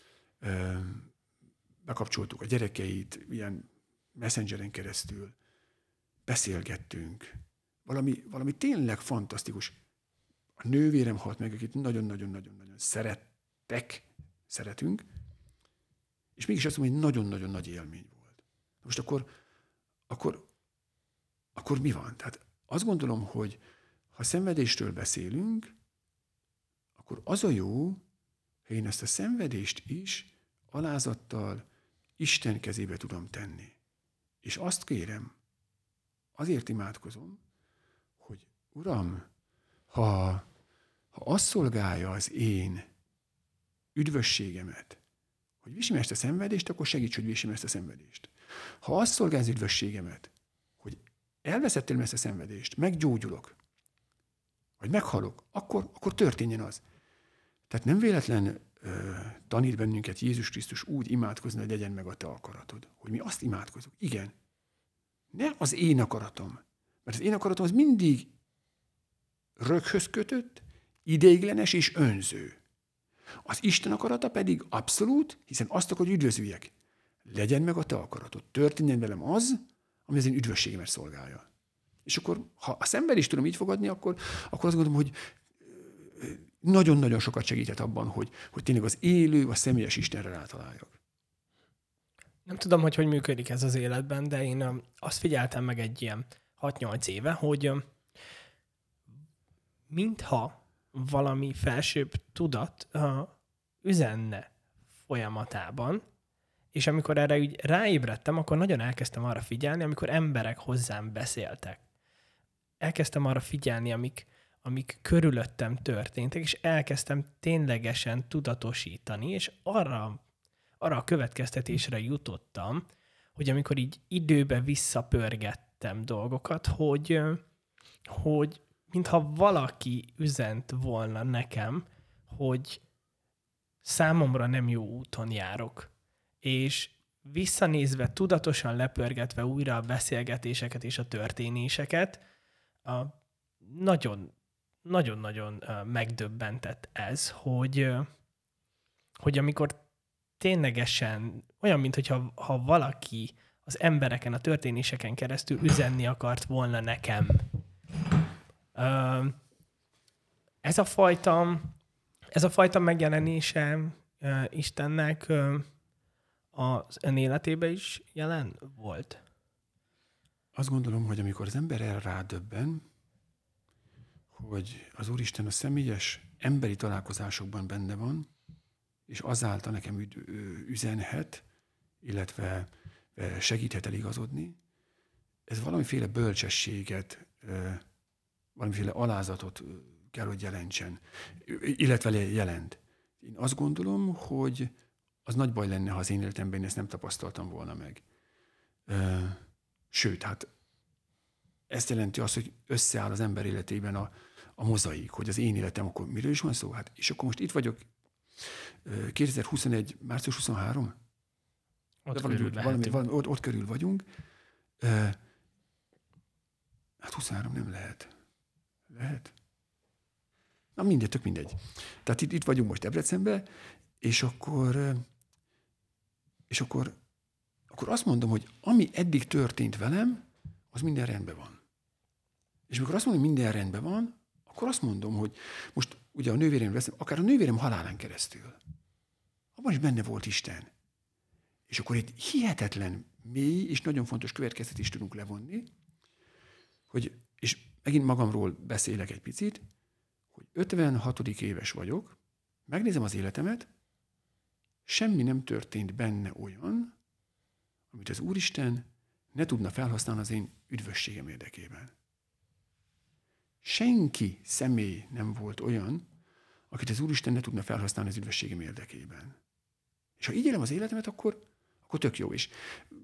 bekapcsoltuk a gyerekeit, ilyen messengeren keresztül, beszélgettünk. Valami tényleg fantasztikus. A nővérem halt meg, akit nagyon-nagyon-nagyon szeretünk, és mégis azt mondom, hogy nagyon-nagyon nagy élmény volt. Most akkor mi van? Tehát azt gondolom, hogy ha szenvedésről beszélünk, akkor az a jó, ha én ezt a szenvedést is alázattal Isten kezébe tudom tenni. És azt kérem, azért imádkozom, hogy Uram, ha azt szolgálja az én üdvösségemet, hogy visim ezt a szenvedést, akkor segíts, hogy visim ezt a szenvedést. Ha azt szolgálja az üdvösségemet, hogy elveszett tőlem ezt a szenvedést, meggyógyulok, vagy meghalok, akkor történjen az. Tehát nem véletlen tanít bennünket Jézus Krisztus úgy imádkozni, hogy legyen meg a te akaratod. Hogy mi azt imádkozunk. Igen. Ne az én akaratom. Mert az én akaratom az mindig röghöz kötött, ideiglenes és önző. Az Isten akarata pedig abszolút, hiszen azt akar, hogy üdvözüljek. Legyen meg a te akaratod. Történjen velem az, ami az én üdvösségemet szolgálja. És akkor, ha a szenvedést tudom így fogadni, akkor azt gondolom, hogy nagyon-nagyon sokat segített abban, hogy tényleg az élő, a személyes Istenre rátaláljak. Nem tudom, hogy működik ez az életben, de én azt figyeltem meg egy ilyen 6-8 éve, hogy mintha valami felsőbb tudat üzenne folyamatában, és amikor erre úgy ráébredtem, akkor nagyon elkezdtem arra figyelni, amikor emberek hozzám beszéltek. Elkezdtem arra figyelni, amik körülöttem történtek, és elkezdtem ténylegesen tudatosítani, és arra a következtetésre jutottam, hogy amikor így időbe visszapörgettem dolgokat, hogy hogy mintha valaki üzent volna nekem, hogy számomra nem jó úton járok. És visszanézve, tudatosan lepörgetve újra a beszélgetéseket és a történéseket, nagyon-nagyon megdöbbentett ez, hogy amikor ténylegesen olyan, mintha valaki az embereken, a történéseken keresztül üzenni akart volna nekem. Ez a fajta megjelenése Istennek az ön életében is jelen volt? Azt gondolom, hogy amikor az ember erre rádöbben, hogy az Úristen a személyes emberi találkozásokban benne van, és azáltal nekem üzenhet, illetve segíthet eligazodni, ez valamiféle bölcsességet, valamiféle alázatot kell, hogy jelentsen, illetve jelent. Én azt gondolom, hogy az nagy baj lenne, ha az én életemben én ezt nem tapasztaltam volna meg. Sőt, hát ezt jelenti azt, hogy összeáll az ember életében a mozaik, hogy az én életem, akkor miről is van szó? Hát, és akkor most itt vagyok, 2021. március 23? Ott körül vagyunk. Hát 23 nem lehet. Lehet? Na mindegy, tök mindegy. Tehát itt vagyunk most Debrecenben, és akkor azt mondom, hogy ami eddig történt velem, az minden rendben van. És amikor azt mondom, hogy minden rendben van, akkor azt mondom, hogy most ugye a nővérem veszem, akár a nővérem halálán keresztül. Abban is benne volt Isten. És akkor egy hihetetlen mély és nagyon fontos következtetést tudunk levonni, hogy, és megint magamról beszélek egy picit, hogy 56. éves vagyok, megnézem az életemet, semmi nem történt benne olyan, amit az Úristen ne tudna felhasználni az én üdvösségem érdekében. Senki személy nem volt olyan, akit az Úristen ne tudna felhasználni az üdvösségem érdekében. És ha így élem az életemet, akkor tök jó is.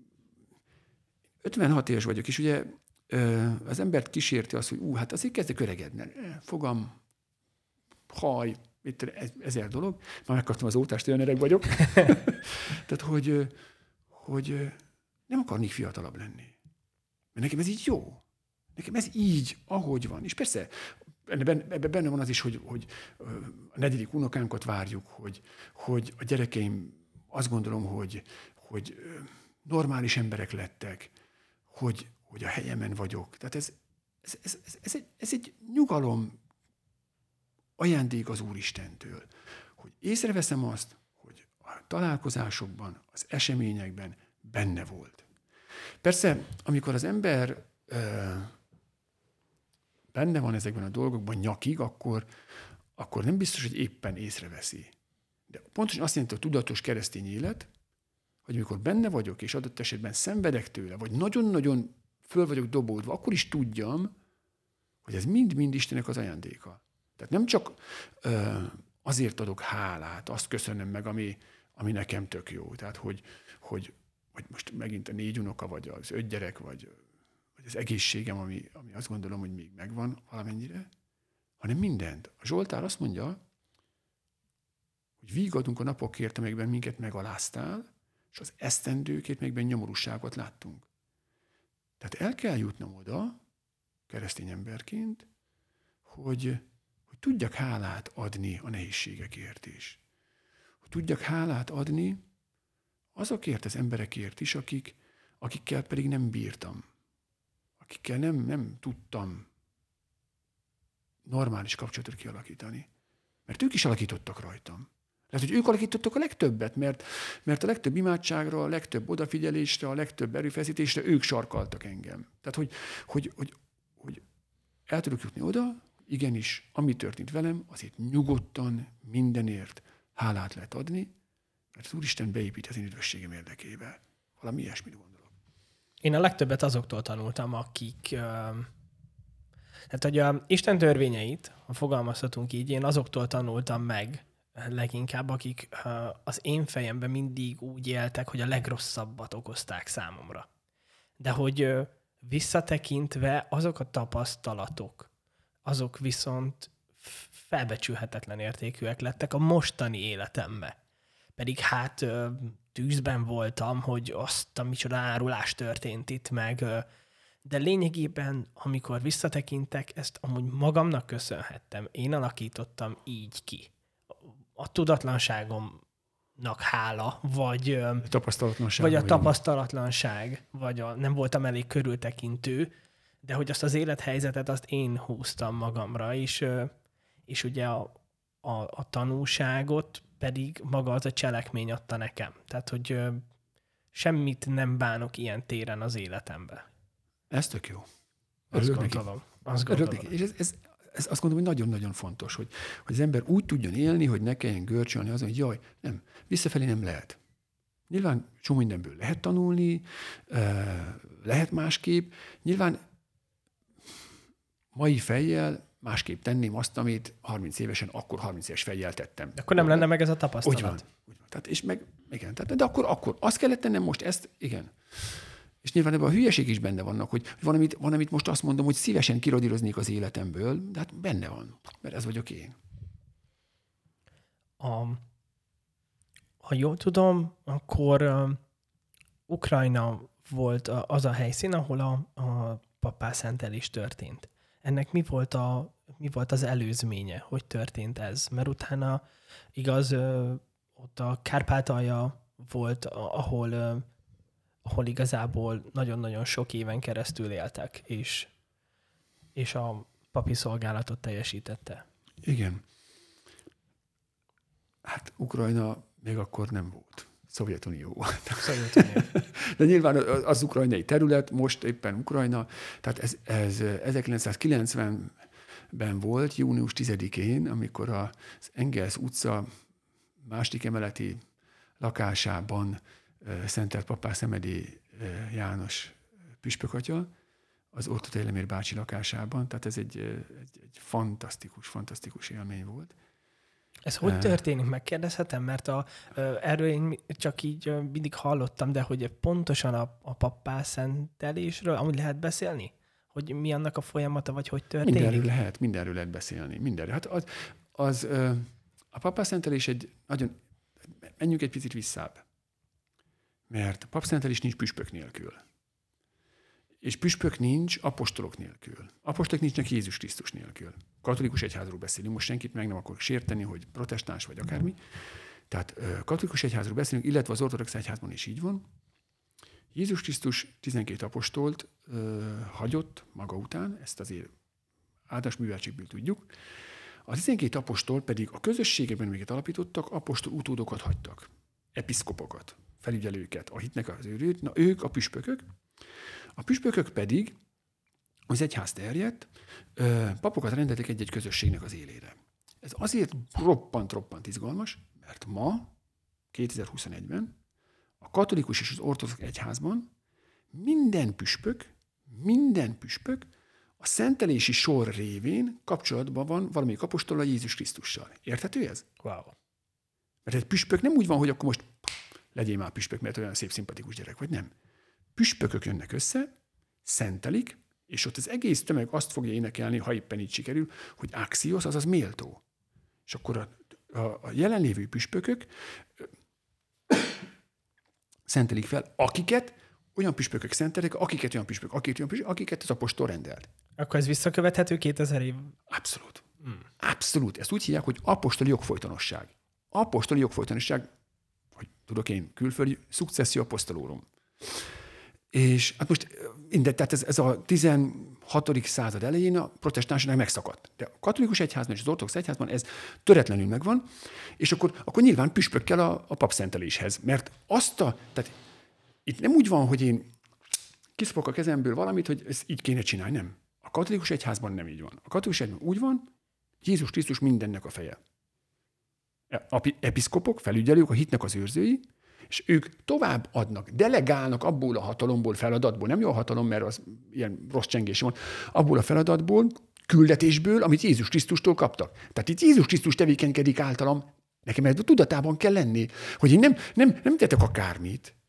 56 éves vagyok, és ugye az embert kísérti az, hogy hát azért kezdek öregedni. Fogam, haj, ezer dolog. Már megkaptam az ótást, olyan öreg vagyok. Tehát, hogy nem akarnék fiatalabb lenni. Mert nekem ez így jó. Nekem ez így, ahogy van. És persze, ebben benne van az is, hogy a 4. unokánkat várjuk, hogy a gyerekeim azt gondolom, hogy normális emberek lettek, hogy a helyemen vagyok. Tehát ez egy nyugalom ajándék az Úristentől, hogy észreveszem azt, hogy a találkozásokban, az eseményekben benne volt. Persze, amikor az ember benne van ezekben a dolgokban nyakig, akkor nem biztos, hogy éppen észreveszi. De pontosan azt jelenti a tudatos keresztény élet, hogy amikor benne vagyok, és adott esetben szenvedek tőle, vagy nagyon-nagyon föl vagyok dobódva, akkor is tudjam, hogy ez mind-mind Istennek az ajándéka. Tehát nem csak azért adok hálát, azt köszönöm meg, ami nekem tök jó. Tehát, hogy most megint a 4 unoka, vagy az 5 gyerek, vagy az egészségem, ami azt gondolom, hogy még megvan valamennyire, hanem mindent. A Zsoltár azt mondja, hogy vígadunk a napokért, amelyekben minket megaláztál, és az esztendőkért, amelyekben nyomorúságot láttunk. Tehát el kell jutnom oda, keresztény emberként, hogy tudjak hálát adni a nehézségekért is. Hogy tudjak hálát adni azokért az emberekért is, akikkel pedig nem bírtam. Akikkel nem tudtam normális kapcsolatot kialakítani. Mert ők is alakítottak rajtam. Lehet, hogy ők alakítottak a legtöbbet, mert a legtöbb imádságra, a legtöbb odafigyelésre, a legtöbb erőfeszítésre ők sarkaltak engem. Tehát, hogy el tudok jutni oda, igenis, ami történt velem, azért nyugodtan mindenért hálát lehet adni, mert az Úristen beépít az én üdvösségem érdekébe. Valami ilyesmit gondolok. Én a legtöbbet azoktól tanultam, akik... Tehát, hogy a Isten törvényeit, ha fogalmazhatunk így, én azoktól tanultam meg leginkább, akik az én fejemben mindig úgy éltek, hogy a legrosszabbat okozták számomra. De hogy visszatekintve azok a tapasztalatok, azok viszont felbecsülhetetlen értékűek lettek a mostani életembe. Pedig hát tűzben voltam, hogy azt a micsoda árulás történt itt meg, de lényegében, amikor visszatekintek, ezt amúgy magamnak köszönhettem. Én alakítottam így ki. A tudatlanságomnak hála, vagy a tapasztalatlanság, vagy nem voltam elég körültekintő, de hogy azt az élethelyzetet, azt én húztam magamra, és ugye a tanulságot pedig maga az a cselekmény adta nekem. Tehát, hogy semmit nem bánok ilyen téren az életembe. Ez tök jó. Azt gondolom. És ez azt gondolom, hogy nagyon-nagyon fontos, hogy az ember úgy tudjon élni, hogy ne kelljen görcsölni azon, hogy jaj, nem, visszafelé nem lehet. Nyilván csomó mindenből lehet tanulni, lehet másképp. Nyilván mai fejjel másképp tenném azt, amit 30 évesen, akkor 30 éves fejjel tettem. De akkor nem lenne meg ez a tapasztalat. Úgy van. Tehát, és meg, igen, tehát, de akkor azt kellett tennem, most ezt, igen. És nyilván ebben a hülyeség is benne vannak, hogy van, amit most azt mondom, hogy szívesen kiradíroznék az életemből, de hát benne van, mert ez vagyok én. Ha jól tudom, akkor Ukrajna volt az a helyszín, ahol a pappászentelés történt. Ennek mi volt az előzménye? Hogy történt ez? Mert utána igaz, ott a Kárpátalja volt, ahol igazából nagyon-nagyon sok éven keresztül éltek, és a papi szolgálatot teljesítette. Igen. Hát Ukrajna még akkor nem volt. Szovjetunió volt. De nyilván az ukrajnai terület, most éppen Ukrajna, tehát ez 1990-ben volt, június 10-én, amikor az Engels utca második emeleti lakásában szentelt papás Szemedi János püspökatya, az Ortóti Elemér bácsi lakásában, tehát ez egy fantasztikus élmény volt. Ez hogy történik? Megkérdezhetem, mert erről én csak így mindig hallottam, de hogy pontosan a pappászentelésről amúgy lehet beszélni? Hogy mi annak a folyamata, vagy hogy történik? Mindenről lehet beszélni. Mindenről. Hát a pappászentelés egy nagyon... Menjünk egy picit visszább. Mert a pappászentelés nincs püspök nélkül. És püspök nincs apostolok nélkül. Apostolok nincsenek Jézus Krisztus nélkül. Katolikus egyházról beszélünk, most senkit meg nem akarok sérteni, hogy protestáns vagy akármi. Tehát katolikus egyházról beszélünk, illetve az ortodox egyházban is így van. Jézus Krisztus 12 apostolt hagyott maga után, ezt azért áldás műveltségből tudjuk. A 12 apostol pedig a közösségekben, amiket alapítottak, apostol utódokat hagytak. Episzkopokat, felügyelőket, a hitnek az őrét. Na, ők a püspökök. A püspökök pedig, az egyház terjedt, papokat rendeltek egy-egy közösségnek az élére. Ez azért roppant izgalmas, mert ma, 2021-ben, a katolikus és az ortodox egyházban minden püspök a szentelési sor révén kapcsolatban van valamelyik apostollal, Jézus Krisztussal. Érthető ez? Wow. Mert egy püspök nem úgy van, hogy akkor most legyél már püspök, mert olyan szép, szimpatikus gyerek vagy, nem. Püspökök jönnek össze, szentelik, és ott az egész tömeg azt fogja énekelni, ha éppen így sikerül, hogy axios, azaz méltó. És akkor a jelenlévő püspökök szentelik fel, akiket olyan püspökök szentelik, akiket az apostol rendelt. Akkor ez visszakövethető 2000 év? Abszolút. Abszolút. Ezt úgy hívják, hogy apostoli jogfolytonosság. Apostoli jogfolytonosság, hogy tudok én külföldi, successio apostolorum. És hát most tehát ez a 16. század elején a protestánsnak megszakadt. De a katolikus egyházban és az ortodox egyházban ez töretlenül megvan, és akkor nyilván püspök kell a papszenteléshez. Mert tehát itt nem úgy van, hogy én kiszopok a kezemből valamit, hogy ezt így kéne csinálni, nem. A katolikus egyházban nem így van. A katolikus egyházban úgy van, Jézus Krisztus mindennek a feje. Episzkopok, felügyelők, a hitnek az őrzői, és ők tovább adnak, delegálnak abból a hatalomból, feladatból, nem jó a hatalom, mert az ilyen rossz csengés van, abból a feladatból, küldetésből, amit Jézus Krisztustól kaptak. Tehát itt Jézus Krisztus tevékenykedik általam, nekem ez tudatában kell lenni, hogy én nem tettek akármit,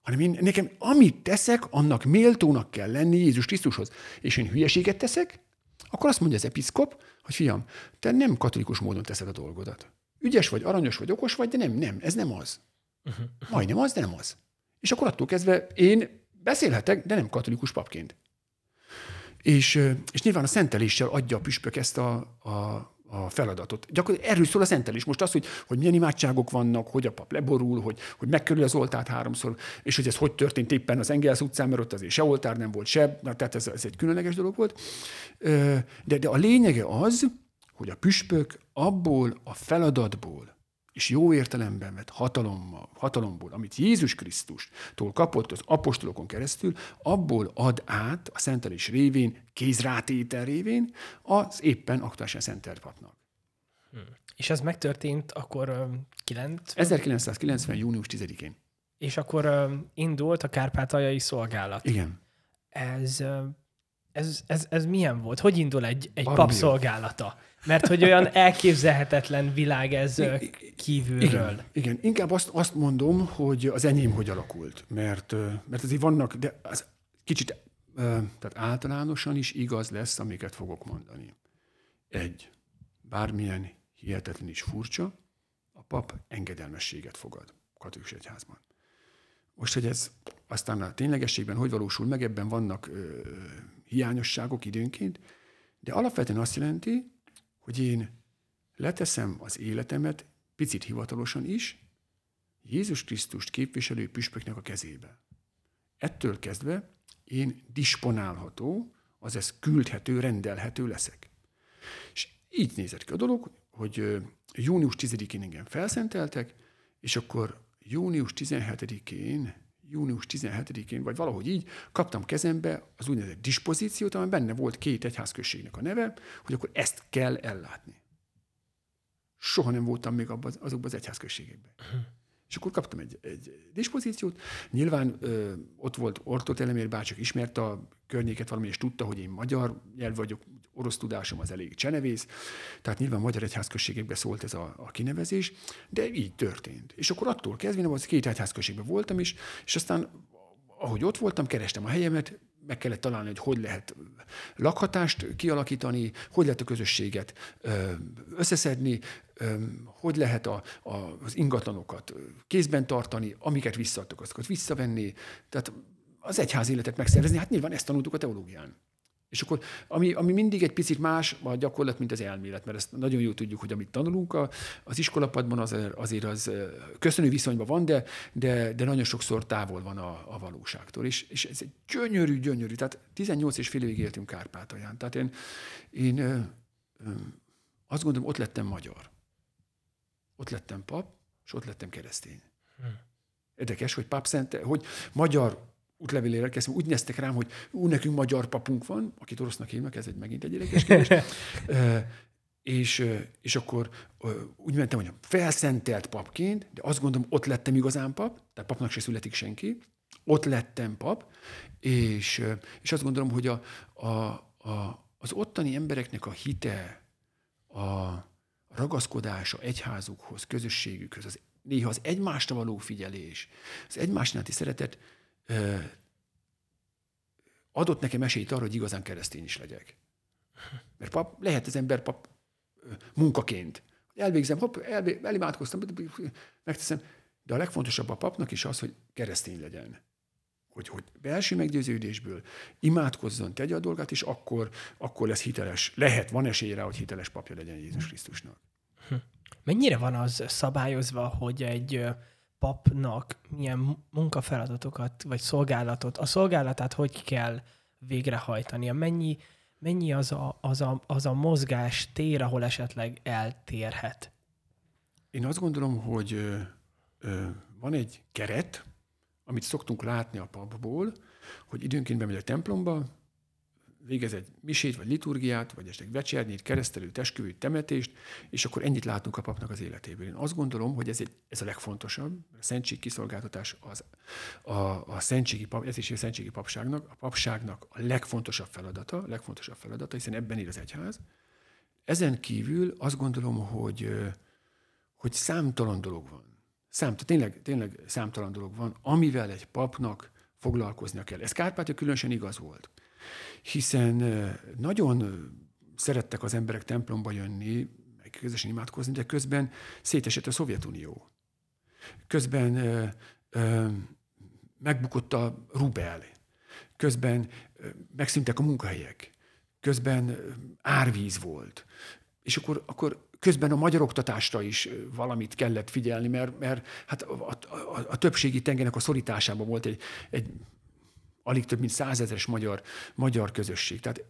hanem nekem amit teszek, annak méltónak kell lenni Jézus Krisztushoz. És én hülyeséget teszek, akkor azt mondja az episzkop, hogy fiam, te nem katolikus módon teszed a dolgodat. Ügyes vagy, aranyos vagy, okos vagy, de nem, ez nem az. Majdnem az, de nem az. És akkor attól kezdve én beszélhetek, de nem katolikus papként. És nyilván a szenteléssel adja a püspök ezt a feladatot. Gyakorlatilag erről szól a szentelés. Most az, hogy milyen imádságok vannak, hogy a pap leborul, hogy megkerül az oltárt 3-szor, és hogy ez hogy történt éppen az Engels utcán, mert ott azért se oltár nem volt, tehát ez egy különleges dolog volt. De a lényege az, hogy a püspök abból a feladatból, és jó értelemben vett hatalomból, amit Jézus Krisztustól kapott az apostolokon keresztül, abból ad át a szentelés révén, kézrátétel révén az éppen aktuálisan szentelt papnak. És ez megtörtént akkor 1990. június 10-én. És akkor indult a kárpátaljai szolgálat. Igen. Ez milyen volt? Hogy indul egy pap szolgálata? Mert hogy olyan elképzelhetetlen világ ez kívülről. Igen. Inkább azt mondom, hogy az enyém hogy alakult. Mert azért vannak, de az kicsit tehát általánosan is igaz lesz, amiket fogok mondani. Bármilyen hihetetlen is furcsa, a pap engedelmességet fogad a katolikus egyházban. Most, hogy ez aztán a ténylegességben hogy valósul meg, ebben vannak hiányosságok időnként, de alapvetően azt jelenti, hogy én leteszem az életemet, picit hivatalosan is, Jézus Krisztust képviselő püspöknek a kezébe. Ettől kezdve én disponálható, azaz küldhető, rendelhető leszek. És így nézett ki a dolog, hogy június 10-én engem felszenteltek, és akkor június 17-én, vagy valahogy így kaptam kezembe az úgynevezett dispozíciót, amely benne volt 2 egyházközségnek a neve, hogy akkor ezt kell ellátni. Soha nem voltam még azokban az egyházközségekben. És akkor kaptam egy dispozíciót. Nyilván ott volt Ortóth Elemér bácsi, ismerte a környéket valami, és tudta, hogy én magyar nyelv vagyok, orosz tudásom az elég csenevész, tehát nyilván magyar egyházközségekben szólt ez a kinevezés, de így történt. És akkor attól kezdve, az 2 egyházközségben voltam is, és aztán, ahogy ott voltam, kerestem a helyemet, meg kellett találni, hogy lehet lakhatást kialakítani, hogy lehet a közösséget összeszedni, hogy lehet az ingatlanokat kézben tartani, amiket visszaadtok, azokat visszavenni, tehát az egyház életet megszervezni. Hát nyilván ezt tanultuk a teológián. És akkor, ami mindig egy picit más a gyakorlat, mint az elmélet, mert ezt nagyon jól tudjuk, hogy amit tanulunk az iskolapadban, azért az köszönő viszonyban van, de nagyon sokszor távol van a valóságtól. És ez egy gyönyörű, tehát 18 és fél évig éltünk Kárpátalján. Tehát én azt gondolom, ott lettem magyar. Ott lettem pap, és ott lettem keresztény. Érdekes, hogy hogy magyar útlevélére kezdtem, úgy néztek rám, hogy nekünk magyar papunk van, akit orosznak hívnak, ez megint egy érdekes kérdés. És akkor úgy mentem, hogy felszentelt papként, de azt gondolom, ott lettem igazán pap, tehát papnak se születik senki, ott lettem pap, és azt gondolom, hogy az ottani embereknek a hite, a ragaszkodása egyházukhoz, közösségükhöz, néha az egymásra való figyelés, az egymás iránti szeretet adott nekem esélyt arra, hogy igazán keresztény is legyek. Mert pap, lehet az ember pap munkaként. Elvégzem, elimádkoztam, megteszem, de a legfontosabb a papnak is az, hogy keresztény legyen. Hogy belső meggyőződésből imádkozzon, tegye a dolgát, és akkor lesz hiteles. Van esély rá, hogy hiteles papja legyen Jézus Krisztusnak. Mennyire van az szabályozva, hogy egy papnak milyen munkafeladatokat, vagy a szolgálatát hogy kell végrehajtania? Mennyi az a mozgás tér, ahol esetleg eltérhet? Én azt gondolom, hogy van egy keret, amit szoktunk látni a papból, hogy időnként bemegy a templomba, végez egy misét, vagy liturgiát, vagy esetleg vecsernyét, keresztelőt, esküvőt, temetést, és akkor ennyit látunk a papnak az életéből. Én azt gondolom, hogy ez a legfontosabb, a szentség kiszolgáltatás, ez is a szentségi papságnak, a papságnak a legfontosabb feladata, hiszen ebben él az egyház. Ezen kívül azt gondolom, hogy számtalan dolog van. Tényleg számtalan dolog van, amivel egy papnak foglalkoznia kell. Ez Kárpátia különösen igaz volt. Hiszen nagyon szerettek az emberek templomba jönni, meg közösen imádkozni, de közben szétesett a Szovjetunió. Közben megbukott a rubel. Közben megszűntek a munkahelyek. Közben árvíz volt. És akkor közben a magyar oktatásra is valamit kellett figyelni, mert hát a többségi tengernek a szorításában volt egy alig több mint 100 000-es magyar közösség. Tehát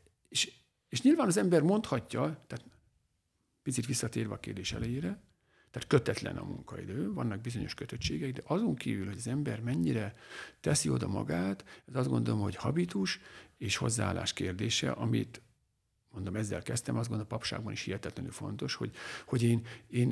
és nyilván az ember mondhatja, tehát picit visszatérve a kérdés elejére, tehát kötetlen a munkaidő, vannak bizonyos kötöttségek, de azon kívül, hogy az ember mennyire teszi oda magát, ez azt gondolom, hogy habitus és hozzáállás kérdése, amit mondom, ezzel kezdtem, azt gondolom, a papságban is hihetetlenül fontos, hogy én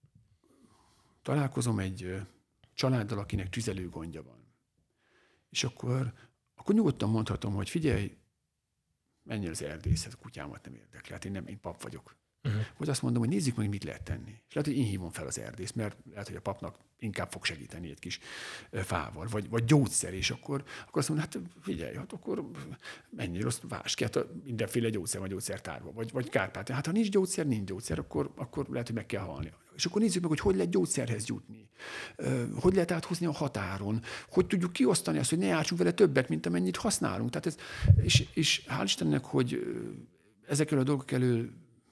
találkozom egy családdal, akinek tüzelőgondja van. És akkor nyugodtan mondhatom, hogy figyelj, menjél az erdészet, kutyámat nem érdekli, hát én pap vagyok. Vagy azt mondom, hogy nézzük meg, mit lehet tenni. És lehet, hogy én hívom fel az erdészt, mert lehet, hogy a papnak inkább fog segíteni egy kis fával, vagy gyógyszer, és akkor azt mondom, hát figyelj, hát akkor menjél, vásd ki, hát mindenféle gyógyszer vagy gyógyszertárba, vagy Kárpátalján. Hát ha nincs gyógyszer, akkor lehet, hogy meg kell halni. És akkor nézzük meg, hogy lehet gyógyszerhez jutni. Hogy lehet áthozni a határon. Hogy tudjuk kiosztani azt, hogy ne ártsunk vele többet, mint amennyit használunk. Tehát és hál' Istennek, hogy ezekkel a dolgok elől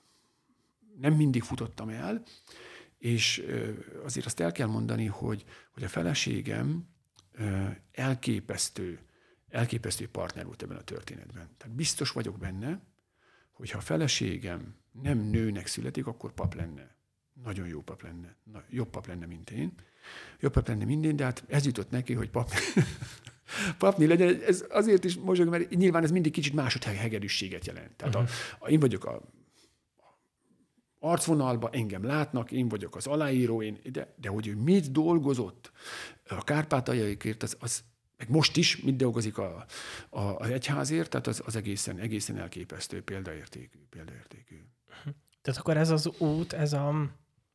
nem mindig futottam el, és azért azt el kell mondani, hogy a feleségem elképesztő partner volt ebben a történetben. Tehát biztos vagyok benne, hogy ha a feleségem nem nőnek születik, akkor pap lenne. Nagyon jó pap lenne. Jobb pap lenne, mint én. Jobb pap lenne, mint én, de hát ez jutott neki, hogy papni legyen. Ez azért is mozog, mert nyilván ez mindig kicsit másodhegedűsséget jelent. Tehát én vagyok a arcvonalba, engem látnak, én vagyok az aláíró, de hogy ő mit dolgozott a kárpátaljaikért, az meg most is mit dolgozik az egyházért, tehát az egészen elképesztő, példaértékű. Tehát akkor ez az út, ez a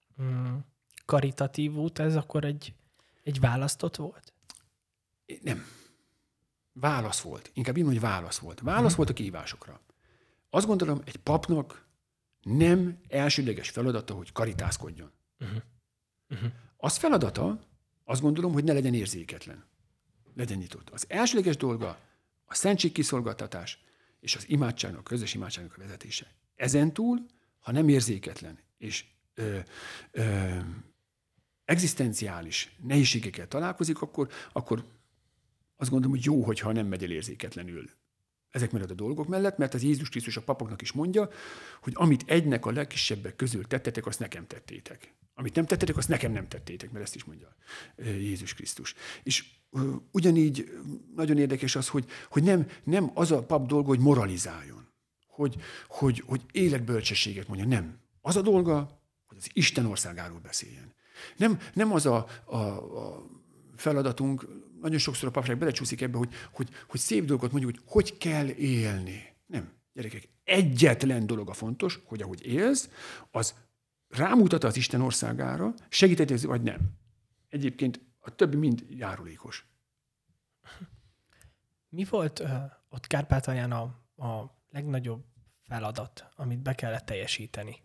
karitatív út, ez akkor egy választott volt? Nem. Válasz volt. Inkább így, hogy válasz volt. Válasz volt a kihívásokra. Azt gondolom, egy papnak nem elsődleges feladata, hogy karitázkodjon. Az feladata, azt gondolom, hogy ne legyen érzéketlen. Legyen nyitott. Az elsődleges dolga a szentségkiszolgáltatás és az imádságnak, a közös imádságnak a vezetése. Ezentúl, ha nem érzéketlen és egzisztenciális nehézségekkel találkozik, akkor azt gondolom, hogy jó, hogyha nem megy el érzéketlenül ezek mellett a dolgok mellett, mert az Jézus Krisztus a papoknak is mondja, hogy amit egynek a legkisebbek közül tettetek, azt nekem tettétek. Amit nem tettetek, azt nekem nem tettétek, mert ezt is mondja Jézus Krisztus. És ugyanígy nagyon érdekes az, hogy nem az a pap dolga, hogy moralizáljon, hogy életbölcsességet mondja, nem. Az a dolga, hogy az Isten országáról beszéljen. Nem az a feladatunk, nagyon sokszor a papság belecsúszik ebbe, hogy szép dolgot mondjuk, hogy kell élni. Nem, gyerekek, egyetlen dolog a fontos, hogy ahogy élsz, az rámutat az Isten országára, segíteni, vagy nem. Egyébként a többi mind járulékos. Mi volt ott Kárpátalján a legnagyobb feladat, amit be kellett teljesíteni?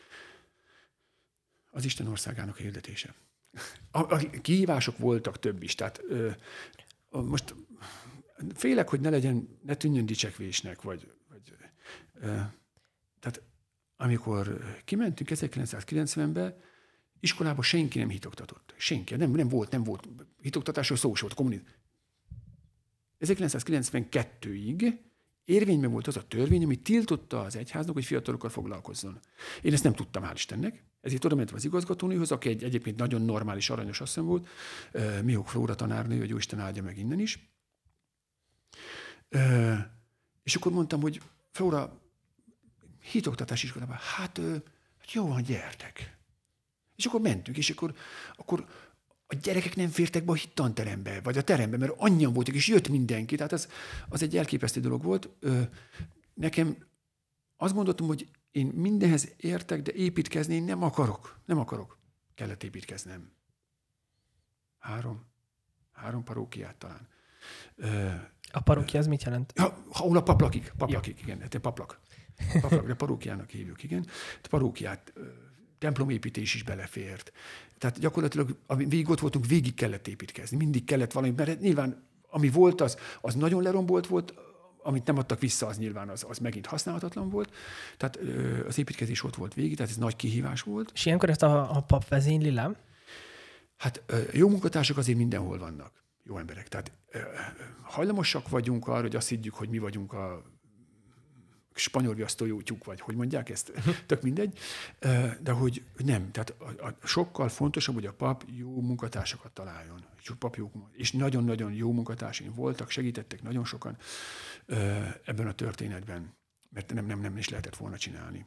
Az Isten országának hirdetése. A kihívások voltak több is. Tehát most félek, hogy ne tűnjön dicsekvésnek, tehát amikor kimentünk 1990-ben, iskolában senki nem hitoktatott. Senki. Nem volt hitoktatásról szó sem volt. 1992-ig érvényben volt az a törvény, ami tiltotta az egyháznak, hogy fiatalokkal foglalkozzon. Én ezt nem tudtam, hál' Istennek. Ezért oda mentem az igazgatónőhöz, aki egyébként nagyon normális, aranyos asszony volt, Mihók Flóra tanárnő, hogy Jóisten áldja meg innen is. És akkor mondtam, hogy Flóra, hitoktatás iskolában, hát jó van, gyertek. És akkor mentünk, és akkor a gyerekek nem fértek be a hittanterembe, vagy a terembe, mert annyian voltak, és jött mindenki. Tehát az egy elképesztő dolog volt. Nekem azt mondottam, hogy én mindenhez értek, de építkezni én nem akarok. Kellett építkeznem. három parókiát talán. A parókia az mit jelent? Ahol a paplakik, igen, hát paplak, de parókiának hívjuk, igen. A parókiát, templomépítés is belefért. Tehát gyakorlatilag, végig ott voltunk, végig kellett építkezni, mindig kellett valami, mert nyilván ami volt, az nagyon lerombolt volt, amit nem adtak vissza, az nyilván az megint használhatatlan volt. Tehát az építkezés ott volt végig, tehát ez nagy kihívás volt. És ilyenkor ezt a pap vezényli le? Hát jó munkatársak azért mindenhol vannak, jó emberek. Tehát hajlamosak vagyunk arra, hogy azt higgyük, hogy mi vagyunk a spanyol viasztójótyúk, vagy hogy mondják ezt, tök mindegy, de hogy nem. Tehát sokkal fontosabb, hogy a pap jó munkatársakat találjon. És nagyon-nagyon jó munkatársaim voltak, segítettek nagyon sokan ebben a történetben, mert nem is lehetett volna csinálni.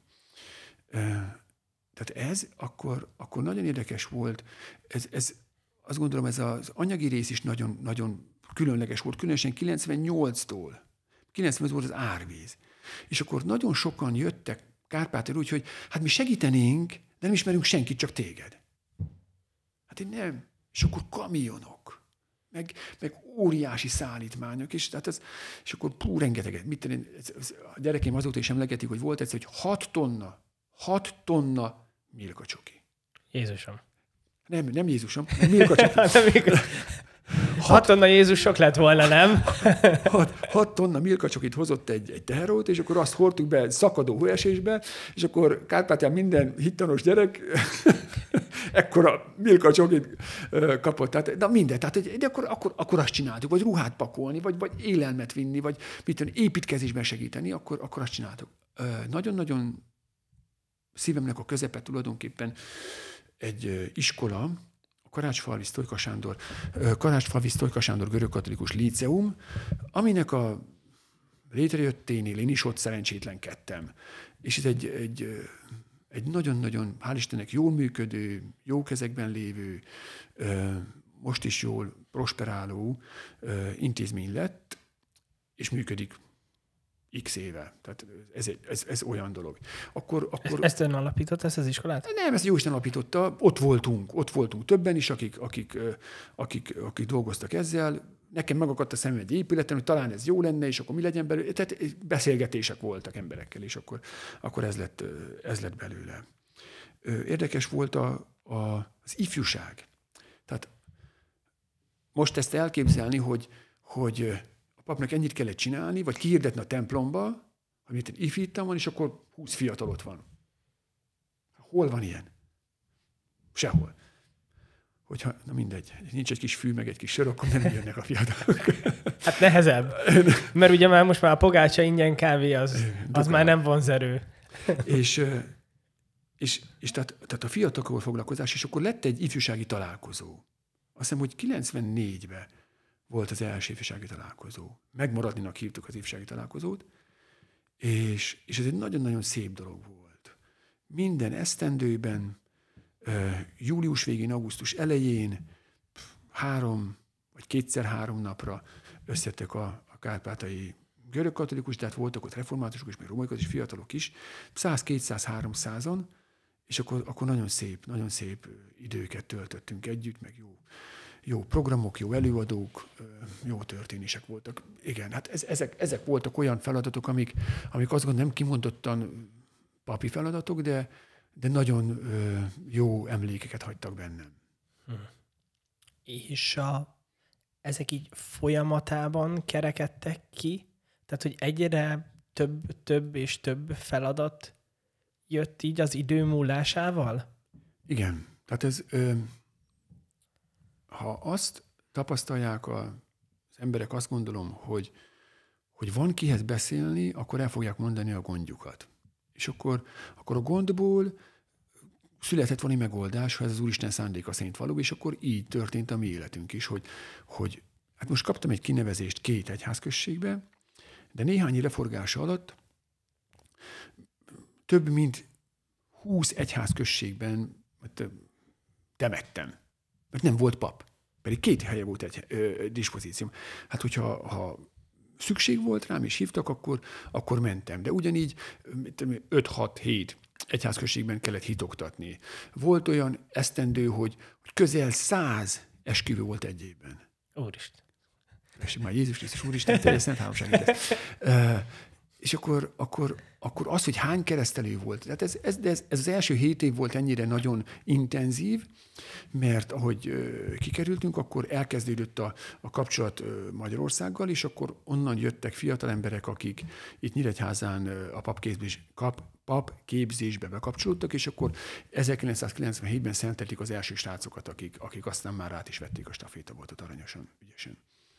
Tehát ez akkor nagyon érdekes volt. Ez azt gondolom, ez az anyagi rész is nagyon, nagyon különleges volt, különösen 98-tól. 98 volt az árvíz. És akkor nagyon sokan jöttek Kárpátaljára úgy, hogy hát mi segítenénk, de nem ismerünk senkit, csak téged. Hát én nem. És akkor kamionok, meg óriási szállítmányok, és akkor rengeteget. A gyerekeim azóta is emlegetik, hogy volt egyszer, hogy 6 tonna milkacsoki. Jézusom. Nem Jézusom, Milka csoki. 6 tonna Jézusok lett volna, nem? 6 tonna Milka csokit hozott egy teherautót, és akkor azt hordtuk be szakadó hóesésbe, és akkor Kárpátalján minden hittanos gyerek ekkora Milka csokit kapott. Tehát, de minden. Tehát, de akkor azt csináltuk, vagy ruhát pakolni, vagy élelmet vinni, vagy építkezésben segíteni, akkor azt csináltuk. Nagyon-nagyon szívemnek a közepe tulajdonképpen egy iskola, a Karácsfalvi Sztojka Sándor görögkatolikus líceum, aminek a létrejötténél én is ott szerencsétlenkedtem. És ez egy nagyon-nagyon, hál' Istennek, jól működő, jó kezekben lévő, most is jól prosperáló intézmény lett, és működik x éve. Tehát ez olyan dolog. Akkor Ezt ön alapította, ezt az iskolát? Nem, ezt Jóisten alapította. Ott voltunk többen is, akik dolgoztak ezzel. Nekem megakadt a szemem egy épületen, hogy talán ez jó lenne, és akkor mi legyen belőle. Tehát beszélgetések voltak emberekkel, és akkor ez lett belőle. Érdekes volt az ifjúság. Tehát most ezt elképzelni, hogy a papnak ennyit kellett csinálni, vagy kihirdetni a templomba, amit ifjíttam van, és akkor 20 fiatal ott van. Hol van ilyen? Sehol. Hogyha, na mindegy, nincs egy kis fű, meg egy kis sör, akkor nem jönnek a fiatalok. Hát nehezebb. Mert ugye most már a pogácsa ingyen kávé, az már nem vonzerő. És tehát a fiatalokkal foglalkozás, és akkor lett egy ifjúsági találkozó. Azt hiszem, hogy 94-ben volt az első ifjúsági találkozó. Megmaradninak hívtuk az ifjúsági találkozót, és ez egy nagyon-nagyon szép dolog volt. Minden esztendőben, július végén, augusztus elején 3 vagy 2-3 napra összejöttek a kárpátaljai görögkatolikus, tehát voltak ott reformátusok és még rómaikus fiatalok is, 100-200-300-an, és akkor nagyon szép időket töltöttünk együtt, meg jó programok, jó előadók, jó történések voltak. Igen, hát ezek voltak olyan feladatok, amik azt gondolom nem kimondottan papi feladatok, de nagyon jó emlékeket hagytak bennem. És ezek így folyamatában kerekedtek ki? Tehát, hogy egyre több és több feladat jött így az idő múlásával? Igen. Tehát ez, ha azt tapasztalják az emberek, azt gondolom, hogy van kihez beszélni, akkor el fogják mondani a gondjukat. És akkor a gondból született valami megoldás, ha ez az Úristen szándéka szerint való, és akkor így történt a mi életünk is, hogy hát most kaptam egy kinevezést 2 egyházközségbe, de néhány leforgása alatt több mint 20 egyházközségben temettem, mert nem volt pap. Pedig 2 helye volt egy dispozícióm. Hát, hogyha szükség volt rám, és hívtak, akkor mentem. De ugyanígy 5-6-7 egyházközségben kellett hitoktatni. Volt olyan esztendő, hogy közel 100 esküvő volt egy évben. Úristen. És már Jézus Krisztus Úristen, te Szent Háromság lesz. És akkor az, hogy hány keresztelő volt. Tehát ez az első 7 év volt ennyire nagyon intenzív, mert ahogy kikerültünk, akkor elkezdődött a kapcsolat Magyarországgal, és akkor onnan jöttek fiatal emberek, akik itt Nyíregyházán a papképzésbe bekapcsolódtak, és akkor 1997-ben szentelték az első srácokat, akik aztán már át is vették a stafétaboltot aranyosan, ügyesen.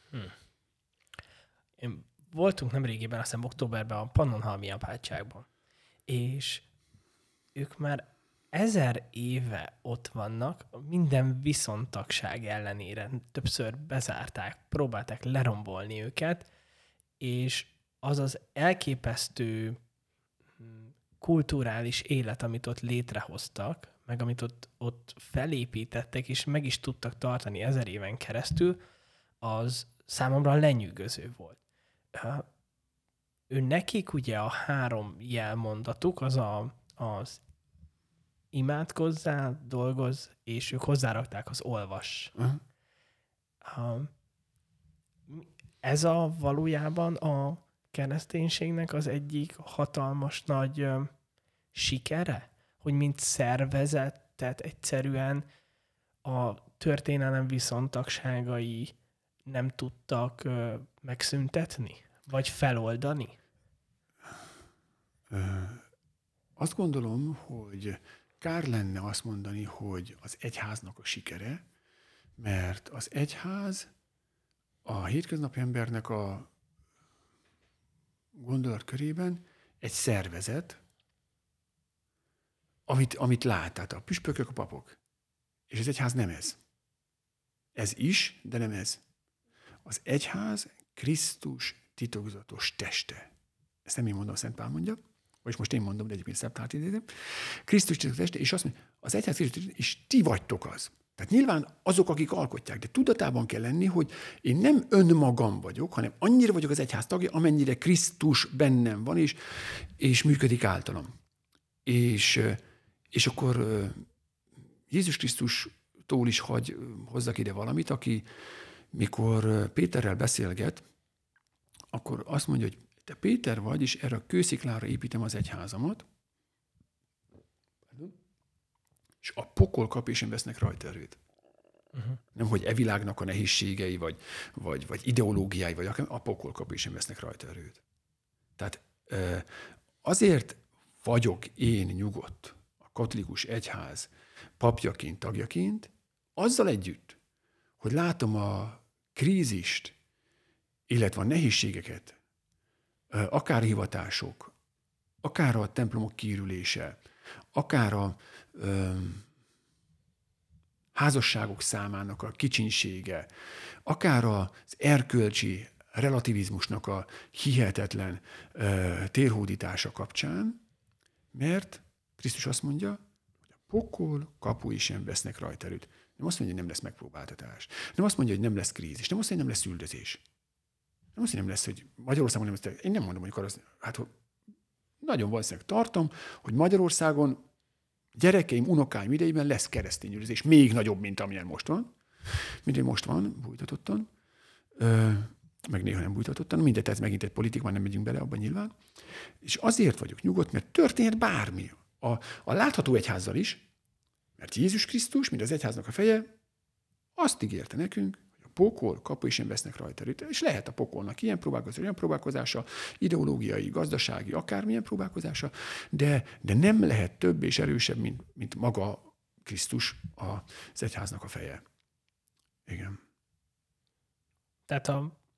Voltunk nemrégiben, azt hiszem októberben a Pannonhalmi apátságban, és ők már 1000 éve ott vannak, minden viszontagság ellenére többször bezárták, próbálták lerombolni őket, és az az elképesztő kulturális élet, amit ott létrehoztak, meg amit ott felépítettek, és meg is tudtak tartani 1000 éven keresztül, az számomra lenyűgöző volt. Ő nekik ugye a 3 jelmondatuk, az imádkozzál, dolgozz, és ők hozzárakták az olvas. Ez a valójában a kereszténységnek az egyik hatalmas nagy sikere, hogy mint szervezetet egyszerűen a történelem viszontagságai nem tudtak megszüntetni? Vagy feloldani? Azt gondolom, hogy kár lenne azt mondani, hogy az egyháznak a sikere, mert az egyház a hétköznapi embernek a gondolatkörében egy szervezet, amit lát, tehát a püspökök, a papok. És az egyház nem ez. Ez is, de nem ez. Az egyház Krisztus titokzatos teste. Ezt nem én mondom, Szent Pál mondja, vagyis most én mondom, de egyébként Szent Pált idézem. Krisztus titokzatos teste, és azt mondja, az egyház Krisztus, és ti vagytok az. Tehát nyilván azok, akik alkotják, de tudatában kell lenni, hogy én nem önmagam vagyok, hanem annyira vagyok az egyház tagja, amennyire Krisztus bennem van, és működik általam. És akkor Jézus Krisztustól is hozzak ide valamit, aki mikor Péterrel beszélget, akkor azt mondja, hogy te Péter vagy, és erre a kősziklára építem az egyházamat, és a pokol kap, és én vesznek rajta erőt. Nem, hogy világnak a nehézségei, vagy ideológiái, vagy akár a pokol kap, és én vesznek rajta erőt. Tehát azért vagyok én nyugodt a katolikus egyház papjaként, tagjaként, azzal együtt, hogy látom a krízist, illetve a nehézségeket, akár hivatások, akár a templomok kiürülése, akár a házasságok számának a kicsinsége, akár az erkölcsi relativizmusnak a hihetetlen térhódítása kapcsán, mert Krisztus azt mondja, hogy a pokol kapui sem vesznek rajta erőt. Nem azt mondja, hogy nem lesz megpróbáltatás. Nem azt mondja, hogy nem lesz krízis. Nem azt mondja, hogy nem lesz üldözés. Nem azt mondja, nem lesz, hogy Magyarországon nem lesz. Én nem mondom, hogy nagyon valószínűleg tartom, hogy Magyarországon gyerekeim, unokáim idejében lesz keresztény üldözés. Még nagyobb, mint amilyen most van. Minden most van, bújtatottan. Meg néha nem bújtatottan. Mindegy, ez megint egy politikában, nem megyünk bele abban nyilván. És azért vagyok nyugodt, mert történhet bármi. A látható egyházzal is, mert Jézus Krisztus, mint az egyháznak a feje, azt ígérte nekünk, hogy a pokol kapu is sem vesznek rajta erőt. És lehet a pokolnak ilyen próbálkozása, olyan próbálkozása, ideológiai, gazdasági, akármilyen próbálkozása, de nem lehet több és erősebb, mint maga Krisztus az egyháznak a feje. Igen. Tehát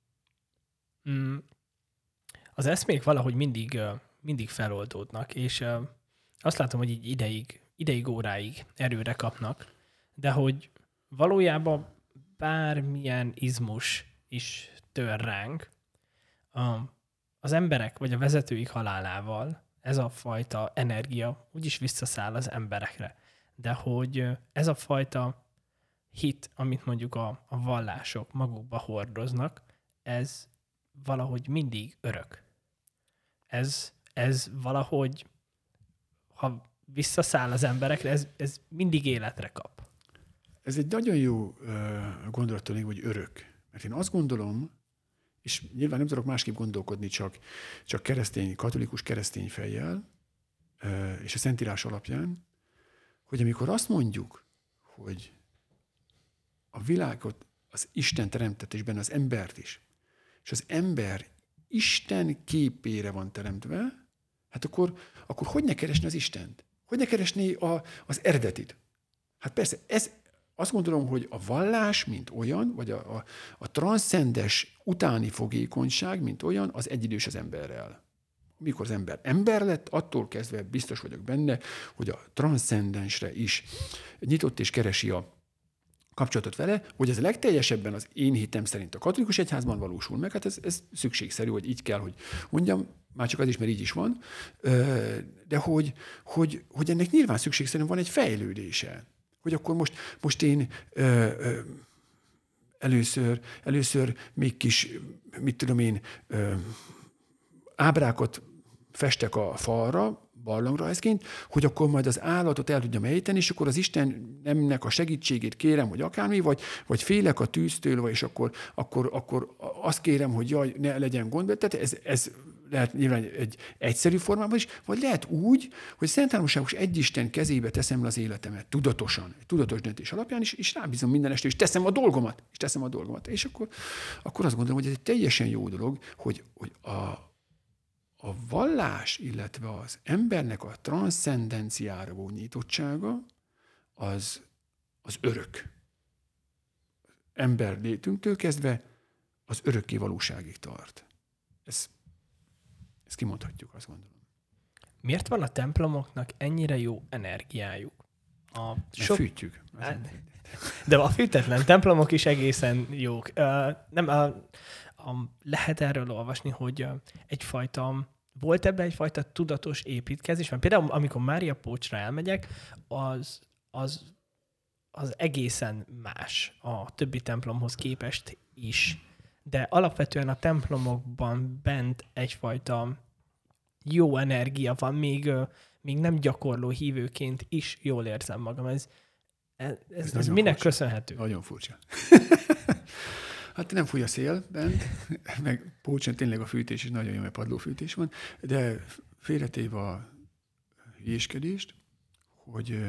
az eszmék valahogy mindig feloldódnak, és azt látom, hogy így ideig, óráig erőre kapnak, de hogy valójában bármilyen izmus is tör ránk, az emberek vagy a vezetőik halálával ez a fajta energia úgyis visszaszáll az emberekre. De hogy ez a fajta hit, amit mondjuk a vallások magukba hordoznak, ez valahogy mindig örök. Ez valahogy, ha visszaszáll az emberekre, ez mindig életre kap. Ez egy nagyon jó gondolattól, hogy örök. Mert én azt gondolom, és nyilván nem tudok másképp gondolkodni, csak katolikus keresztény fejjel, és a Szentírás alapján, hogy amikor azt mondjuk, hogy a világot az Isten teremtett, és benne az embert is, és az ember Isten képére van teremtve, hát akkor hogy ne keresni az Istent? Hogy ne keresni az eredetit? Hát persze, azt gondolom, hogy a vallás, mint olyan, vagy a transzcendes utáni fogékonyság, mint olyan, az egyidős az emberrel. Mikor az ember lett, attól kezdve biztos vagyok benne, hogy a transzcendensre is nyitott és keresi a kapcsolatot vele, hogy ez a legteljesebben az én hitem szerint a katolikus egyházban valósul meg, hát ez szükségszerű, hogy így kell, hogy mondjam, már csak az is, mert így is van, de hogy ennek nyilván szükségszerűen van egy fejlődése. Hogy akkor most én először még kis, mit tudom én, ábrákat festek a falra, barlangrajzként, hogy akkor majd az állatot el tudjam ejteni, és akkor az Istennek a segítségét kérem, hogy akármi, vagy félek a tűztől, és akkor azt kérem, hogy jaj, ne legyen gond. Tehát ez lehet nyilván egy egyszerű formában is, vagy lehet úgy, hogy Szent Háromságos egy Isten kezébe teszem le az életemet, tudatosan, tudatos döntés alapján is, és rábízom minden este, és teszem a dolgomat. És akkor azt gondolom, hogy ez egy teljesen jó dolog, hogy a vallás, illetve az embernek a transzcendenciára való nyitottsága az örök. Ember létünktől kezdve az örökké valóságig tart. Ezt kimondhatjuk, azt gondolom. Miért van a templomoknak ennyire jó energiájuk? Fűtjük. De a fűtetlen templomok is egészen jók. Lehet erről olvasni, hogy volt ebben egyfajta tudatos építkezés, mert például amikor Mária Pócsra elmegyek, az egészen más a többi templomhoz képest is. De alapvetően a templomokban bent egyfajta jó energia van, még nem gyakorló hívőként is jól érzem magam. Ez minek furcsa. Köszönhető? Nagyon furcsa. Hát nem fúj a szél bent, meg Pócson tényleg a fűtés is nagyon jó, mert padlófűtés van, de félretéve a hülyéskedést, hogy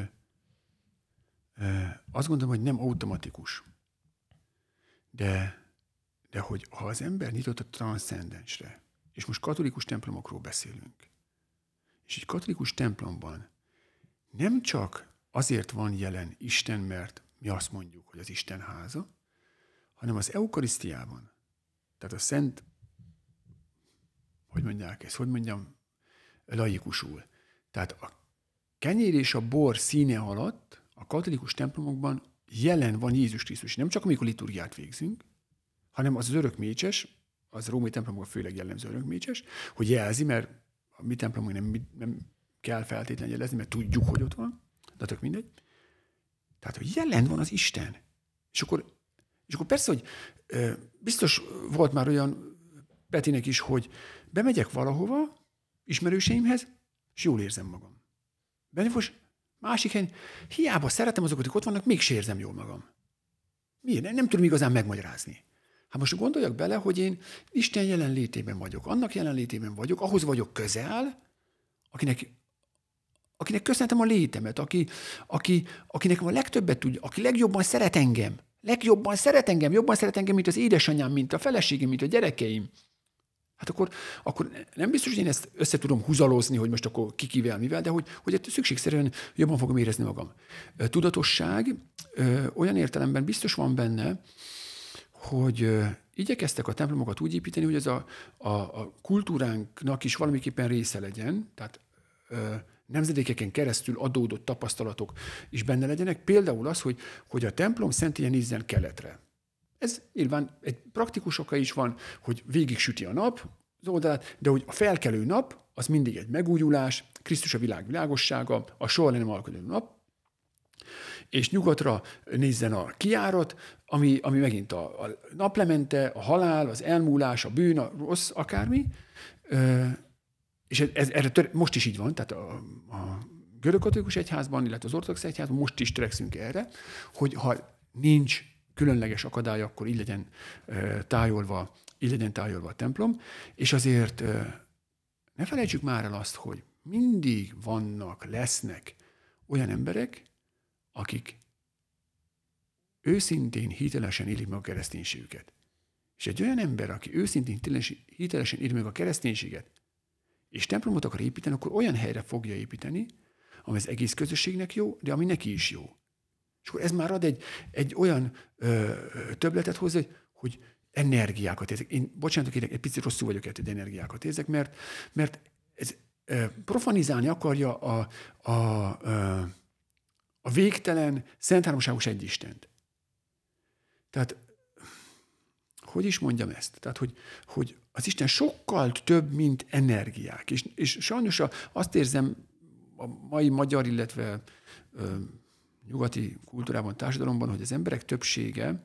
azt gondolom, hogy nem automatikus, de hogy ha az ember nyitott a transzcendensre, és most katolikus templomokról beszélünk, és egy katolikus templomban nem csak azért van jelen Isten, mert mi azt mondjuk, hogy az Isten háza, hanem az eukarisztiában, tehát a szent, laikusul. Tehát a kenyér és a bor színe alatt a katolikus templomokban jelen van Jézus Krisztus. Nem csak amikor liturgiát végzünk, hanem az örökmécses, az római templomokban főleg jellemző örökmécses, hogy jelzi, mert a mi templomunk nem kell feltétlenül jelezni, mert tudjuk, hogy ott van, de tök mindegy. Tehát, hogy jelen van az Isten. És akkor persze, hogy biztos volt már olyan Petinek is, hogy bemegyek valahova, ismerőseimhez, és jól érzem magam. Most másik helyen, hiába szeretem azokat, akik ott vannak, mégse érzem jól magam. Miért? Nem tudom igazán megmagyarázni. Hát most gondoljak bele, hogy én Isten jelenlétében vagyok, annak jelenlétében vagyok, ahhoz vagyok közel, akinek köszönhetem a létemet, akinek a legtöbbet tudja, aki legjobban szeret engem, jobban szeret engem, mint az édesanyám, mint a feleségem, mint a gyerekeim. Hát akkor nem biztos, hogy én ezt össze tudom húzalozni, hogy most akkor kivel, mivel, de hogy szükségszerűen jobban fogom érezni magam. Tudatosság olyan értelemben biztos van benne, hogy igyekeztek a templomokat úgy építeni, hogy ez a kultúránknak is valamiképpen része legyen, tehát nemzedékeken keresztül adódott tapasztalatok is benne legyenek. Például az, hogy a templom szentélye nézzen keletre. Ez nyilván egy praktikus oka is van, hogy végig süti a nap az oldalát, de hogy a felkelő nap az mindig egy megújulás, Krisztus a világ világossága, a soha nem alkodó nap, és nyugatra nézzen a kijárat, ami megint a naplemente, a halál, az elmúlás, a bűn, a rossz, akármi. És erre most is így van, tehát görögkatolikus egyházban, illetve az ortodox egyházban most is törekszünk erre, hogy ha nincs különleges akadály, akkor így legyen tájolva a templom, és azért ne felejtsük már el azt, hogy mindig lesznek olyan emberek, akik őszintén, hitelesen élik meg a kereszténységüket. És egy olyan ember, aki őszintén, hitelesen éli meg a kereszténységet, és templomot akar építeni, akkor olyan helyre fogja építeni, ami az egész közösségnek jó, de ami neki is jó. És akkor ez már ad egy olyan többletet hozzá, hogy energiákat érzek. Én, bocsánatok, egy picit rosszul vagyok, hogy energiákat érzek, mert ez profanizálni akarja a végtelen, szentháromságos egyistent. Tehát, hogy is mondjam ezt? Tehát, hogy az Isten sokkal több, mint energiák. És sajnos azt érzem a mai magyar, illetve nyugati kultúrában, társadalomban, hogy az emberek többsége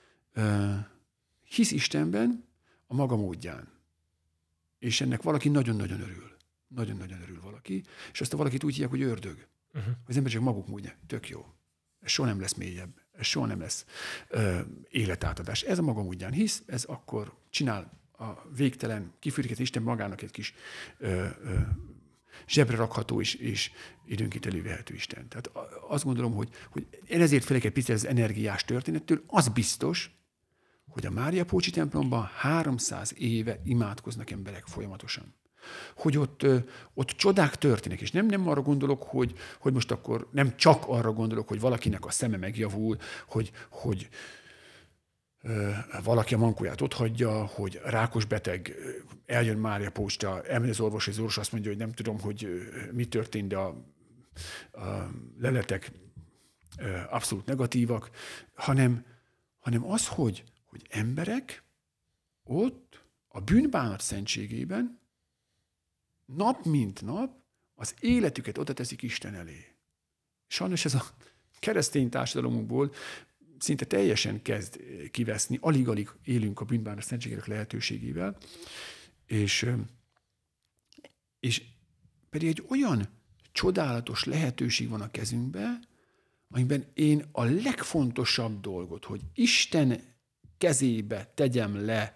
hisz Istenben a maga módján. És ennek valaki nagyon-nagyon örül. Nagyon-nagyon örül valaki, és azt a valakit úgy hívják, hogy ördög. Az emberek csak maguk módján. Tök jó. Ez soha nem lesz mélyebb. Ez soha nem lesz életátadás. Ez a maga módján hisz, ez akkor csinál a végtelen kifürket Isten magának egy kis zsebre rakható és időnként elővehető Isten. Tehát azt gondolom, hogy én ezért félek egy picit az energiás történettől. Az biztos, hogy a Mária Pócsi templomban 300 éve imádkoznak emberek folyamatosan. Hogy ott csodák történnek, és nem arra gondolok, hogy most akkor nem csak arra gondolok, hogy valakinek a szeme megjavul, hogy valaki a mankóját otthagyja, hogy rákos beteg eljön Mária Pócsra, elmegy az orvos azt mondja, hogy nem tudom, hogy mi történt, de a leletek abszolút negatívak, hanem az, hogy emberek ott a bűnbánat szentségében nap mint nap az életüket oda teszik Isten elé. Sajnos ez a keresztény társadalomunkból szinte teljesen kezd kiveszni, alig-alig élünk a bűnbánat szentségének lehetőségével, és pedig egy olyan csodálatos lehetőség van a kezünkben, amiben én a legfontosabb dolgot, hogy Isten kezébe tegyem le,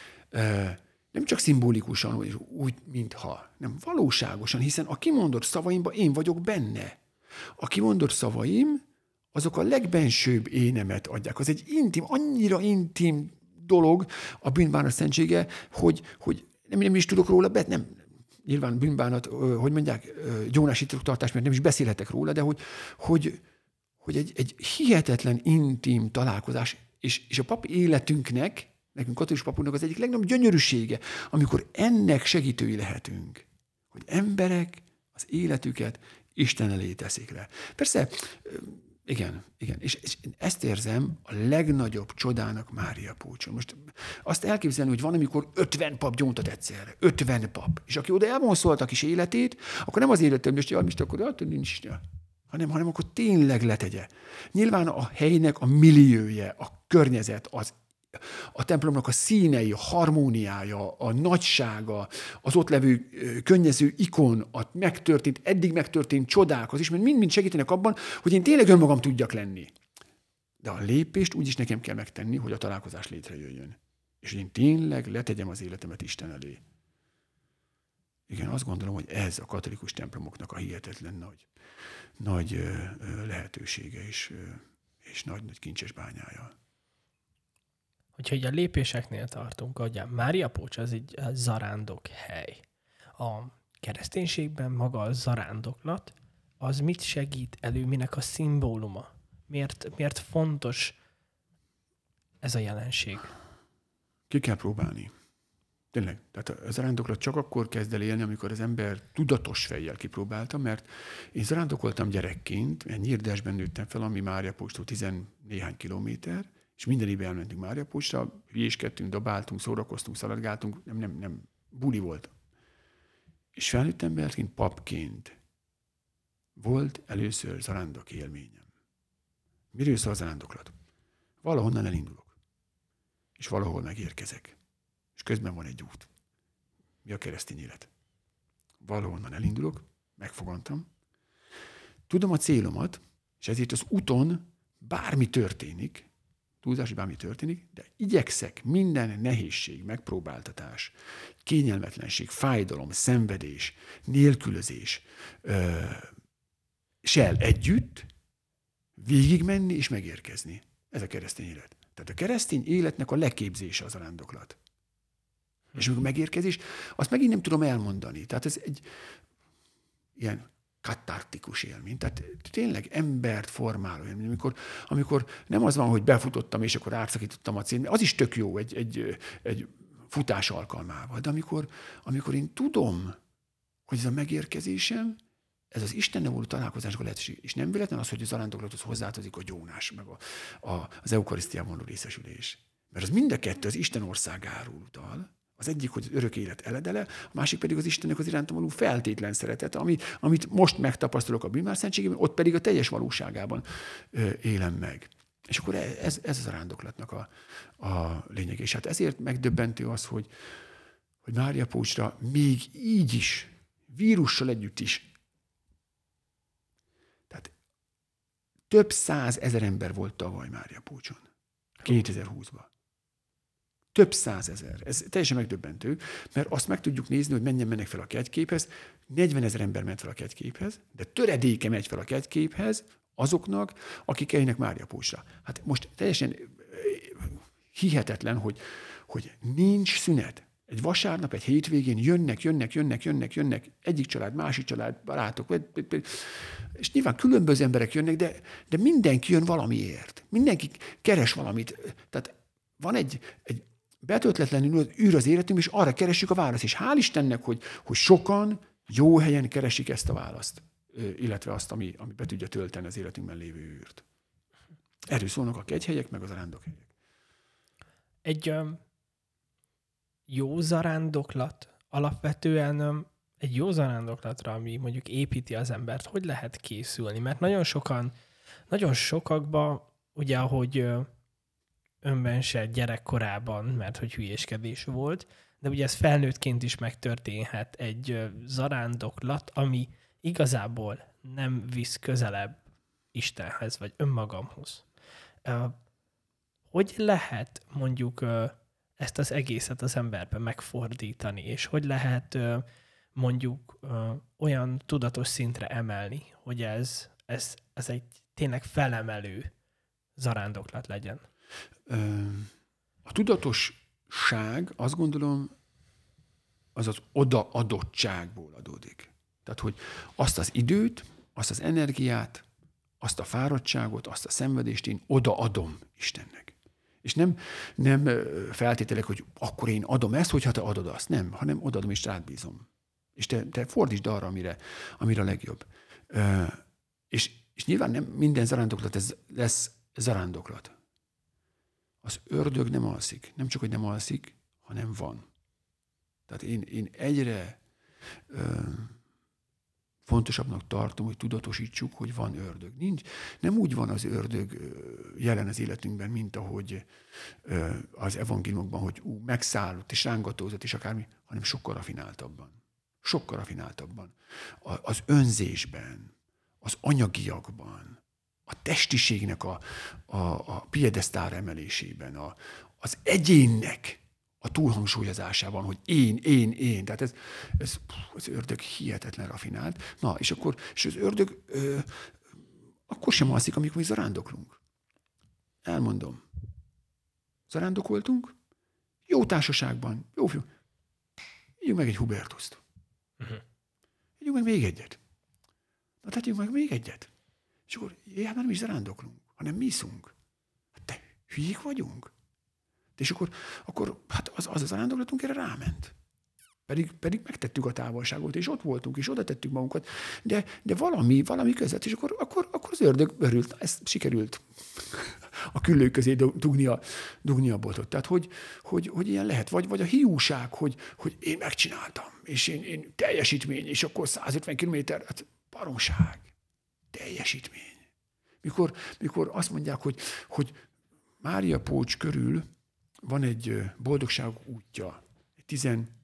nem csak szimbolikusan, úgy, mintha, nem valóságosan, hiszen a kimondott szavaimban én vagyok benne. A kimondott szavaim, azok a legbensőbb énemet adják. Az egy intim, annyira intim dolog a bűnbánat szentsége, hogy nem is tudok róla, nem, nyilván bűnbánat, hogy mondják, gyónási titoktartás, mert nem is beszélhetek róla, de hogy egy hihetetlen intim találkozás, és a pap életünknek, nekünk katolikus papunknak az egyik legnagyobb gyönyörűsége, amikor ennek segítői lehetünk, hogy emberek az életüket Isten elé teszik le. Persze, igen, és ezt érzem a legnagyobb csodának Mária Pócson. Most azt elképzelni, hogy van, amikor 50 pap gyóntat egyszerre. 50 pap. És aki oda elvonszolta a kis életét, akkor nem az életem, hogy akkor nincs, hanem akkor tényleg letegye. Nyilván a helynek a millióje, a környezet, a templomnak a színei, a harmóniája, a nagysága, az ott levő könnyező ikon, eddig megtörtént csodák, az is, mert mind segítenek abban, hogy én tényleg önmagam tudjak lenni. De a lépést úgyis nekem kell megtenni, hogy a találkozás létrejöjjön. És hogy én tényleg letegyem az életemet Isten elé. Igen, azt gondolom, hogy ez a katolikus templomoknak a hihetetlen nagy lehetősége és nagy kincses bányája. Úgyhogy a lépéseknél tartunk, hogy a Mária Pócs az egy zarándok hely. A kereszténységben maga a zarándoklat, az mit segít elő, minek a szimbóluma? Miért fontos ez a jelenség? Ki kell próbálni. Tényleg. Tehát a zarándoklat csak akkor kezd el élni, amikor az ember tudatos fejjel kipróbálta, mert én zarándokoltam gyerekként, Nyírdesben nőttem fel, ami Mária Pócstól 10-néhány kilométer, és minden évben elmentünk Mária Pócsra, hülyéskedtünk, dobáltunk, szórakoztunk, szaladgáltunk, nem, buli volt. És felnőtt emberként, papként volt először zarándok élményem. Miről szól a zarándoklat? Valahonnan elindulok, és valahol megérkezek. És közben van egy út. Mi a keresztény élet? Valahonnan elindulok, megfogantam, tudom a célomat, és ezért az úton bármi történik, túlzás, bármi történik, de igyekszek minden nehézség, megpróbáltatás, kényelmetlenség, fájdalom, szenvedés, nélkülözés, sel együtt végigmenni és megérkezni. Ez a keresztény élet. Tehát a keresztény életnek a leképzése az arándoklat. És amikor megérkezés, azt megint nem tudom elmondani. Tehát ez egy ilyen katartikus élmény. Tehát tényleg embert formáló élmény. Amikor nem az van, hogy befutottam, és akkor átszakítottam a célt, az is tök jó egy futás alkalmával. De amikor én tudom, hogy ez a megérkezésem, ez az Istennel való találkozásban lehetőség. És nem véletlen az, hogy az arándoklathoz hozzátartozik a gyónás, meg az eukarisztiában való részesülés. Mert az mind a kettő az Isten országáról utal. Az egyik, hogy az örök élet eledele, a másik pedig az Istennek az irántam való feltétlen szeretet, amit most megtapasztalok a bűnmárszentségében, ott pedig a teljes valóságában élem meg. És akkor ez az arándoklatnak a lényeg. És hát ezért megdöbbentő az, hogy Mária Pócsra még így is, vírussal együtt is, tehát több 100 000 ember volt tavaly Mária Pócson, 2020-ban. Több 100 000. Ez teljesen megdöbbentő, mert azt meg tudjuk nézni, hogy menjen mennek fel a kegyképhez. 40 000 ember ment fel a kegyképhez, de töredéke megy fel a kegyképhez azoknak, akik eljönnek Mária Pócsra. Hát most teljesen hihetetlen, hogy nincs szünet. Egy vasárnap, egy hétvégén jönnek, egyik család, másik család, barátok, és nyilván különböző emberek jönnek, de mindenki jön valamiért. Mindenki keres valamit. Tehát van egy betöltetlenül űr az életünk, és arra keressük a választ. És hál' Istennek, hogy sokan jó helyen keresik ezt a választ, illetve azt, ami be tudja tölteni az életünkben lévő űrt. Erről szólnak a kegyhelyek, meg az arándokhelyek. Egy jó zarándoklat, alapvetően egy jó zarándoklatra, ami mondjuk építi az embert, hogy lehet készülni? Mert nagyon sokakban, ugye, ahogy önben se gyerekkorában, mert hogy hülyéskedés volt, de ugye ez felnőttként is megtörténhet egy zarándoklat, ami igazából nem visz közelebb Istenhez, vagy önmagamhoz. Hogy lehet mondjuk ezt az egészet az emberben megfordítani, és hogy lehet mondjuk olyan tudatos szintre emelni, hogy ez egy tényleg felemelő zarándoklat legyen? A tudatosság, azt gondolom, az odaadottságból adódik. Tehát, hogy azt az időt, azt az energiát, azt a fáradtságot, azt a szenvedést én odaadom Istennek. És nem feltételek, hogy akkor én adom ezt, hogyha te adod azt. Nem, hanem odaadom és rád bízom. És te fordítsd arra, amire a legjobb. És nyilván nem minden zarándoklat ez lesz zarándoklat. Az ördög nem alszik. Nem csak, hogy nem alszik, hanem van. Tehát én egyre fontosabbnak tartom, hogy tudatosítsuk, hogy van ördög. Nem úgy van az ördög jelen az életünkben, mint ahogy az evangéliumokban, hogy megszállott és rángatózott és akármi, hanem sokkal rafináltabban. Sokkal rafináltabban. Az önzésben, az anyagiakban, a testiségnek a piedesztára emelésében, az egyénnek a túlhangsúlyozásában, hogy én. Tehát ez az ördög hihetetlen rafinált. Na, és az ördög akkor sem alszik, amikor mi zarándoklunk. Elmondom. Zarándokoltunk, jó társaságban, jó fiú. Ígyunk meg egy Hubertuszt. Ígyunk meg még egyet. Na, tehát ígyunk meg még egyet. És akkor, hát már nem is zarándoklunk, hanem mi iszunk. Hát te, hülyék vagyunk. És akkor hát az zarándoklatunk erre ráment. Pedig megtettük a távolságot, és ott voltunk, és oda tettük magunkat, de valami között, és akkor az ördög örült, ezt sikerült a küllők közé dugni a botot. Tehát, hogy ilyen lehet. Vagy a hiúság, hogy én megcsináltam, és én teljesítmény, és akkor 150 kilométer, hát baromság. Teljesítmény. Mikor azt mondják, hogy Mária Pócs körül van egy boldogság útja,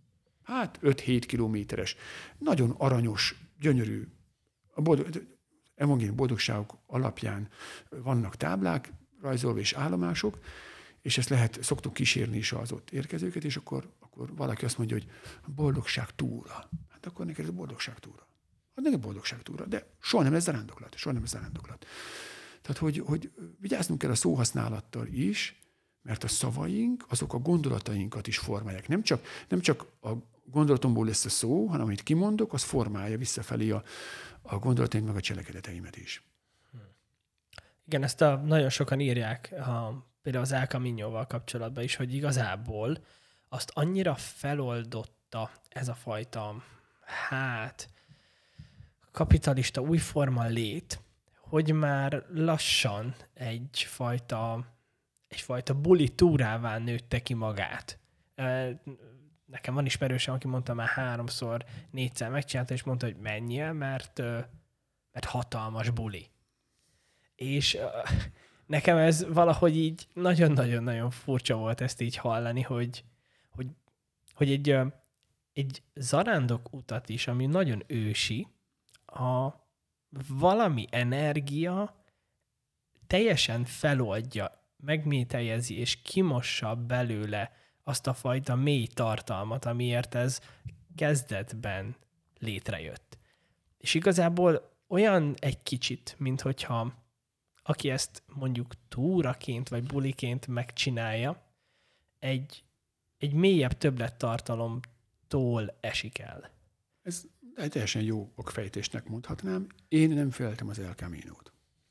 5-7 kilométeres, nagyon aranyos, gyönyörű. evangélium boldogságok alapján vannak táblák, rajzolva és állomások, és ezt szoktuk kísérni is az ott érkezőket, és akkor valaki azt mondja, hogy boldogság túra. Hát akkor neked ez boldogság túra. Hát neked boldogság túra, de soha nem lesz zarándoklat. Tehát, hogy vigyáznunk kell a szóhasználattal is, mert a szavaink, azok a gondolatainkat is formálják. Nem csak a gondolatomból lesz a szó, hanem amit kimondok, az formálja visszafelé a gondolataim meg a cselekedeteimet is. Igen, ezt nagyon sokan írják, például az El Camino-val kapcsolatban is, hogy igazából azt annyira feloldotta ez a fajta, kapitalista újforma lét, hogy már lassan egyfajta buli túrává nőtte ki magát. Nekem van ismerősem, aki mondta már 3-szor, 4-szer megcsinálta, és mondta, hogy menjél, mert hatalmas buli. És nekem ez valahogy így nagyon-nagyon-nagyon furcsa volt ezt így hallani, hogy egy zarándok utat is, ami nagyon ősi, a valami energia teljesen feloldja, megmételjezi és kimossa belőle azt a fajta mély tartalmat, amiért ez kezdetben létrejött. És igazából olyan egy kicsit, mint hogyha aki ezt mondjuk túraként vagy buliként megcsinálja, egy mélyebb többlettartalomtól esik el. Ez egy teljesen jó okfejtésnek mondhatnám. Én nem féltem az El Camino-t.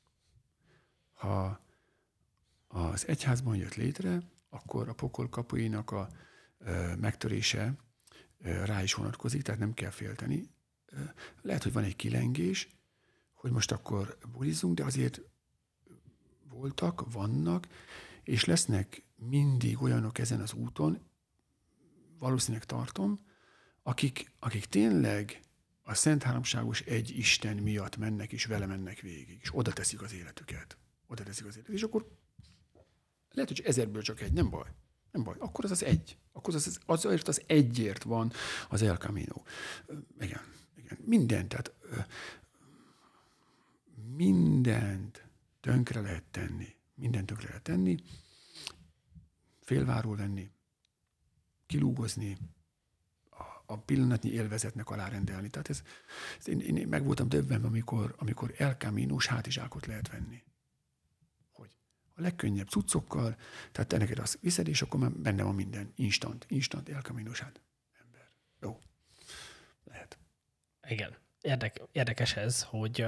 Ha az egyházban jött létre, akkor a pokol kapuinak a megtörése rá is vonatkozik, tehát nem kell félteni. Lehet, hogy van egy kilengés, hogy most akkor bulizzunk, de azért vannak, és lesznek mindig olyanok ezen az úton, valószínűleg tartom, akik tényleg a Szent Háromságos egy Isten miatt mennek, és vele mennek végig, és oda teszik az életüket. És akkor lehet, hogy 1000-ből csak egy, nem baj. Akkor az egy. Akkor azért az egyért van az El Camino. Igen. Mindent, tehát mindent tönkre lehet tenni, félváról venni, kilúgozni, a pillanatnyi élvezetnek alárendelni. Tehát én meg voltam döbbenve, amikor El Camino-s hátizsákot lehet venni. Hogy a legkönnyebb cuccokkal, tehát te neked azt viszed, és akkor már benne van minden. Instant El Camino-s ember. Jó. Lehet. Igen. Érdekes ez, hogy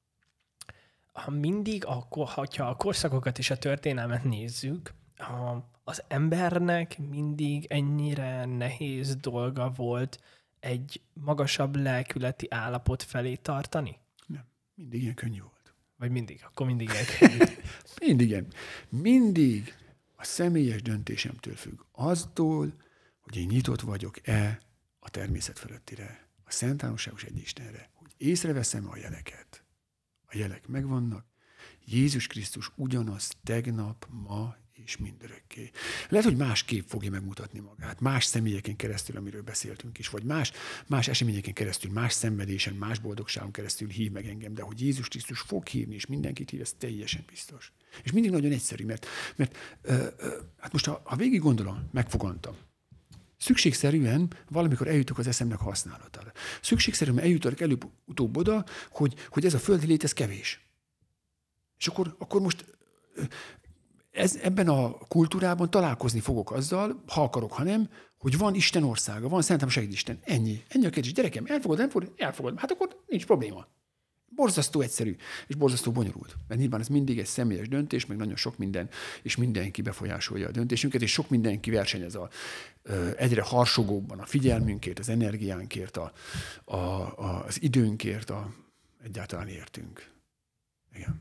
hogyha a korszakokat és a történelmet nézzük, az embernek mindig ennyire nehéz dolga volt egy magasabb lelkületi állapot felé tartani? Nem. Mindig ilyen könnyű volt. Vagy mindig? Akkor mindig ilyen könnyű. Mindig ilyen. Mindig a személyes döntésemtől függ. Aztól, hogy én nyitott vagyok-e a természet fölöttire, a Szent Háromságos egy Istenre, hogy észreveszem a jeleket. A jelek megvannak. Jézus Krisztus ugyanaz tegnap, ma és mindörökké. Lehet, hogy másképp fogja megmutatni magát, más személyeken keresztül, amiről beszéltünk is, vagy más eseményeken keresztül, más szenvedésen, más boldogságon keresztül hív meg engem, de hogy Jézus Krisztus fog hívni, és mindenkit hív, ez teljesen biztos. És mindig nagyon egyszerű, mert hát most, ha végig gondolom, megfogantam. Szükségszerűen valamikor eljutok az eszemnek használatára. Szükségszerűen eljutok előbb-utóbb oda, hogy ez a földi lét, ez kevés. És akkor most ebben a kultúrában találkozni fogok azzal, ha akarok, ha nem, hogy van Isten országa, van Szent Háromság egy Isten. Ennyi a kérdés. Gyerekem, elfogadom. Hát akkor nincs probléma. Borzasztó egyszerű, és borzasztó bonyolult. Mert nyilván ez mindig egy személyes döntés, meg nagyon sok minden, és mindenki befolyásolja a döntésünket, és sok mindenki versenyez egyre harsogóbban a figyelmünkért, az energiánkért, az időnkért, egyáltalán értünk. Igen.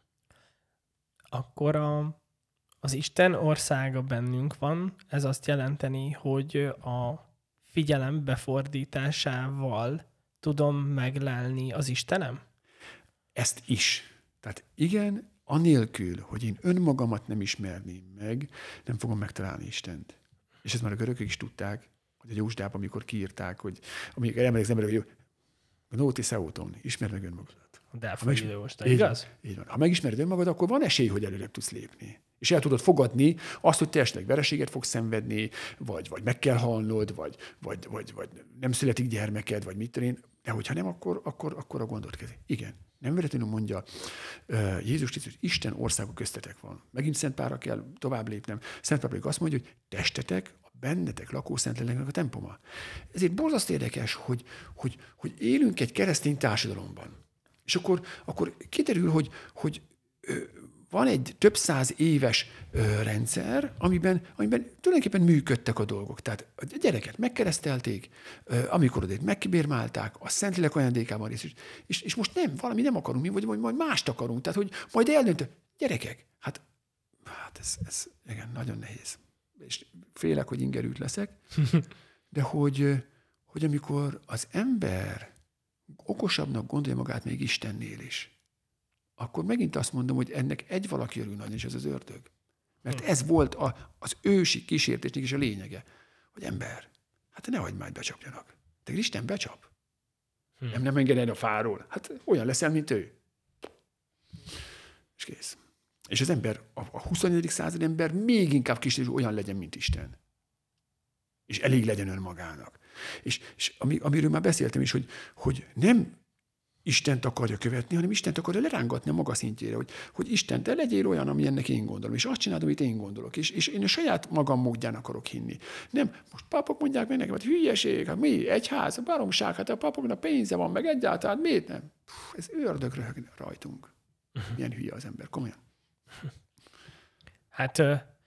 Akkor az Isten országa bennünk van, ez azt jelenteni, hogy a figyelem befordításával tudom meglelni az Istenem? Ezt is. Tehát igen, anélkül, hogy én önmagamat nem ismerném meg, nem fogom megtalálni Istent. És ezt már a görögök is tudták, hogy a Józsdában, amikor kiírták, hogy amikor elmegy az ember, hogy nóti szeuton, ismerd meg önmagadat. a delfai de igaz? Így van. Ha megismered önmagad, akkor van esély, hogy előre tudsz lépni. És el tudod fogadni azt, hogy te esetleg vereséget fogsz szenvedni, vagy meg kell halnod, vagy nem születik gyermeked, vagy mit tudom én. De hogyha nem, akkor a gondot kezdi. Igen. Nem véletlenül mondja Jézus Krisztus, hogy Isten országa köztetek van. Megint Szent Pálra kell tovább lépnem. Szent Pál pedig azt mondja, hogy testetek a bennetek lakó Szentléleknek a temploma. Ezért borzasztó érdekes, hogy élünk egy keresztény társadalomban. És akkor kiderül, hogy van egy több száz éves rendszer, amiben tulajdonképpen működtek a dolgok. Tehát a gyereket megkeresztelték, amikor odét megkibérmálták, a Szentlélek ajándékában részt, és most valami nem akarunk, vagy majd mást akarunk. Tehát, hogy majd eldöntő. Gyerekek, hát ez igen, nagyon nehéz. És félek, hogy ingerült leszek, de hogy amikor az ember okosabbnak gondolja magát még Istennél is, akkor megint azt mondom, hogy ennek egy valaki örül nagyon, és ez az ördög. Mert ez volt az ősi kísértésnek is a lényege, hogy ember, hát ne hagyd már, becsapjanak. Te Isten becsap. Nem engeded a fáról. Hát olyan leszel, mint ő. És kész. És az ember, a 21. század ember még inkább kísértés, olyan legyen, mint Isten. És elég legyen önmagának. És amiről már beszéltem is, hogy nem Istent akarja követni, hanem Istent akarja lerángatni a maga szintjére, hogy Isten, te legyél olyan, amilyennek én gondolom, és azt csinálod, amit én gondolok, és én a saját magam módján akarok hinni. Nem, most papok mondják meg nekem, hogy hülyeség, hát mi, egyház, a baromság, hát a papoknak pénze van, meg egyáltalán, miért nem? Ez ördög röhög rajtunk. Milyen hülye az ember, komolyan. Hát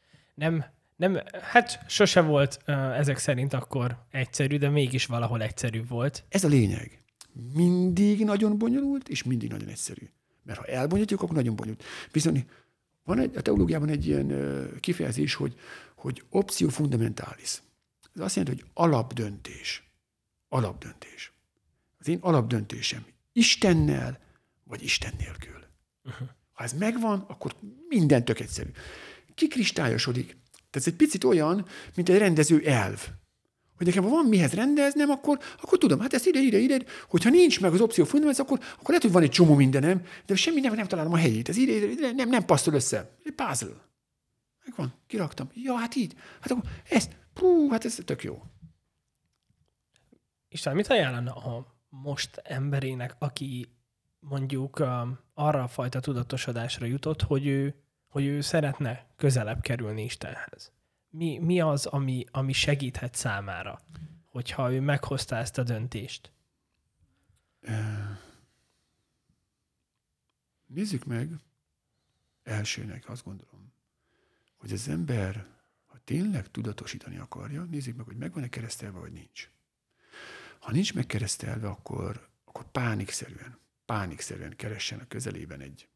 hát sose volt ezek szerint akkor egyszerű, de mégis valahol egyszerű volt. Ez a lényeg. Mindig nagyon bonyolult, és mindig nagyon egyszerű. Mert ha elbonyolítjuk, akkor nagyon bonyolult. Viszont van a teológiában egy ilyen kifejezés, hogy optio fundamentalis. Ez azt jelenti, hogy alapdöntés. Alapdöntés. Az én alapdöntésem Istennel, vagy Isten nélkül. Ha ez megvan, akkor minden tök egyszerű. Kikristályosodik. Tehát ez egy picit olyan, mint egy rendező elv. Hogy nekem van mihez rendeznem, akkor tudom, hát ezt ide. Hogyha nincs meg az opció fundament, akkor lehet, hogy van egy csomó mindenem, de semmi nem találom a helyét. Ez ide nem passzol össze. Egy puzzle. Megvan, kiraktam. Ja, hát így. Hát akkor ez tök jó. István, mit ajánlana a most emberének, aki mondjuk arra a fajta tudatosodásra jutott, hogy ő szeretne közelebb kerülni Istenhez? Mi az, ami segíthet számára, hogyha ő meghozta ezt a döntést? Nézzük meg elsőnek, azt gondolom, hogy az ember, ha tényleg tudatosítani akarja, nézzük meg, hogy megvan-e keresztelve, vagy nincs. Ha nincs megkeresztelve, akkor pánikszerűen keressen a közelében egy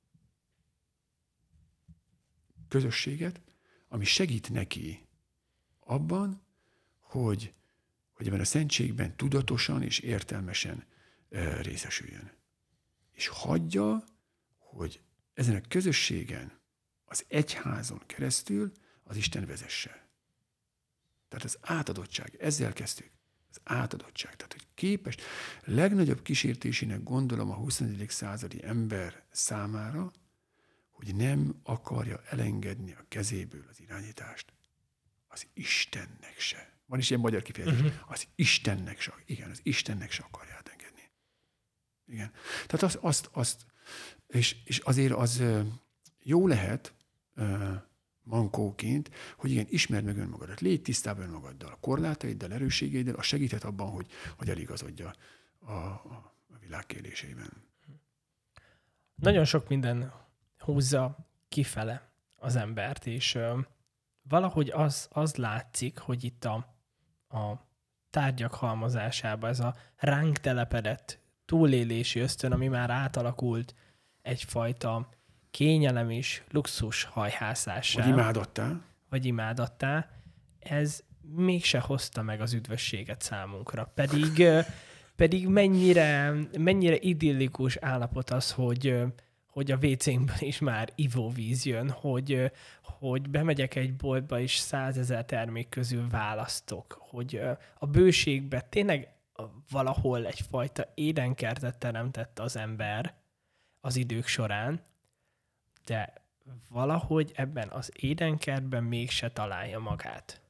közösséget, ami segít neki abban, hogy ebben a szentségben tudatosan és értelmesen részesüljön. És hagyja, hogy ezen a közösségen, az egyházon keresztül az Isten vezesse. Tehát az átadottság, ezzel kezdtük. Az átadottság. Tehát, hogy képes, legnagyobb kísértésének gondolom a 21. századi ember számára, hogy nem akarja elengedni a kezéből az irányítást. Az Istennek se. Van is ilyen magyar kifejezés. Az Istennek se. Igen, az Istennek se akarja elengedni. Igen. Tehát és azért az jó lehet mankóként, hogy igen, ismerd meg önmagadat. Légy tisztában önmagaddal, a korlátaiddal, erősségeiddel, az segíthet abban, hogy eligazodja a világ kérdéseiben. Nagyon sok minden húzza kifele az embert, és valahogy az látszik, hogy itt a tárgyak halmozásában ez a ránk telepedett túlélési ösztön, ami már átalakult egyfajta kényelem és luxus hajhászássá. Vagy imádattá. Ez mégse hozta meg az üdvösséget számunkra. Pedig mennyire idillikus állapot az, hogy a WC-nkben is már ivóvíz jön, hogy bemegyek egy boltba, és 100 000 termék közül választok, hogy a bőségbe tényleg valahol egyfajta édenkertet teremtett az ember, az idők során, de valahogy ebben az édenkertben mégse találja magát.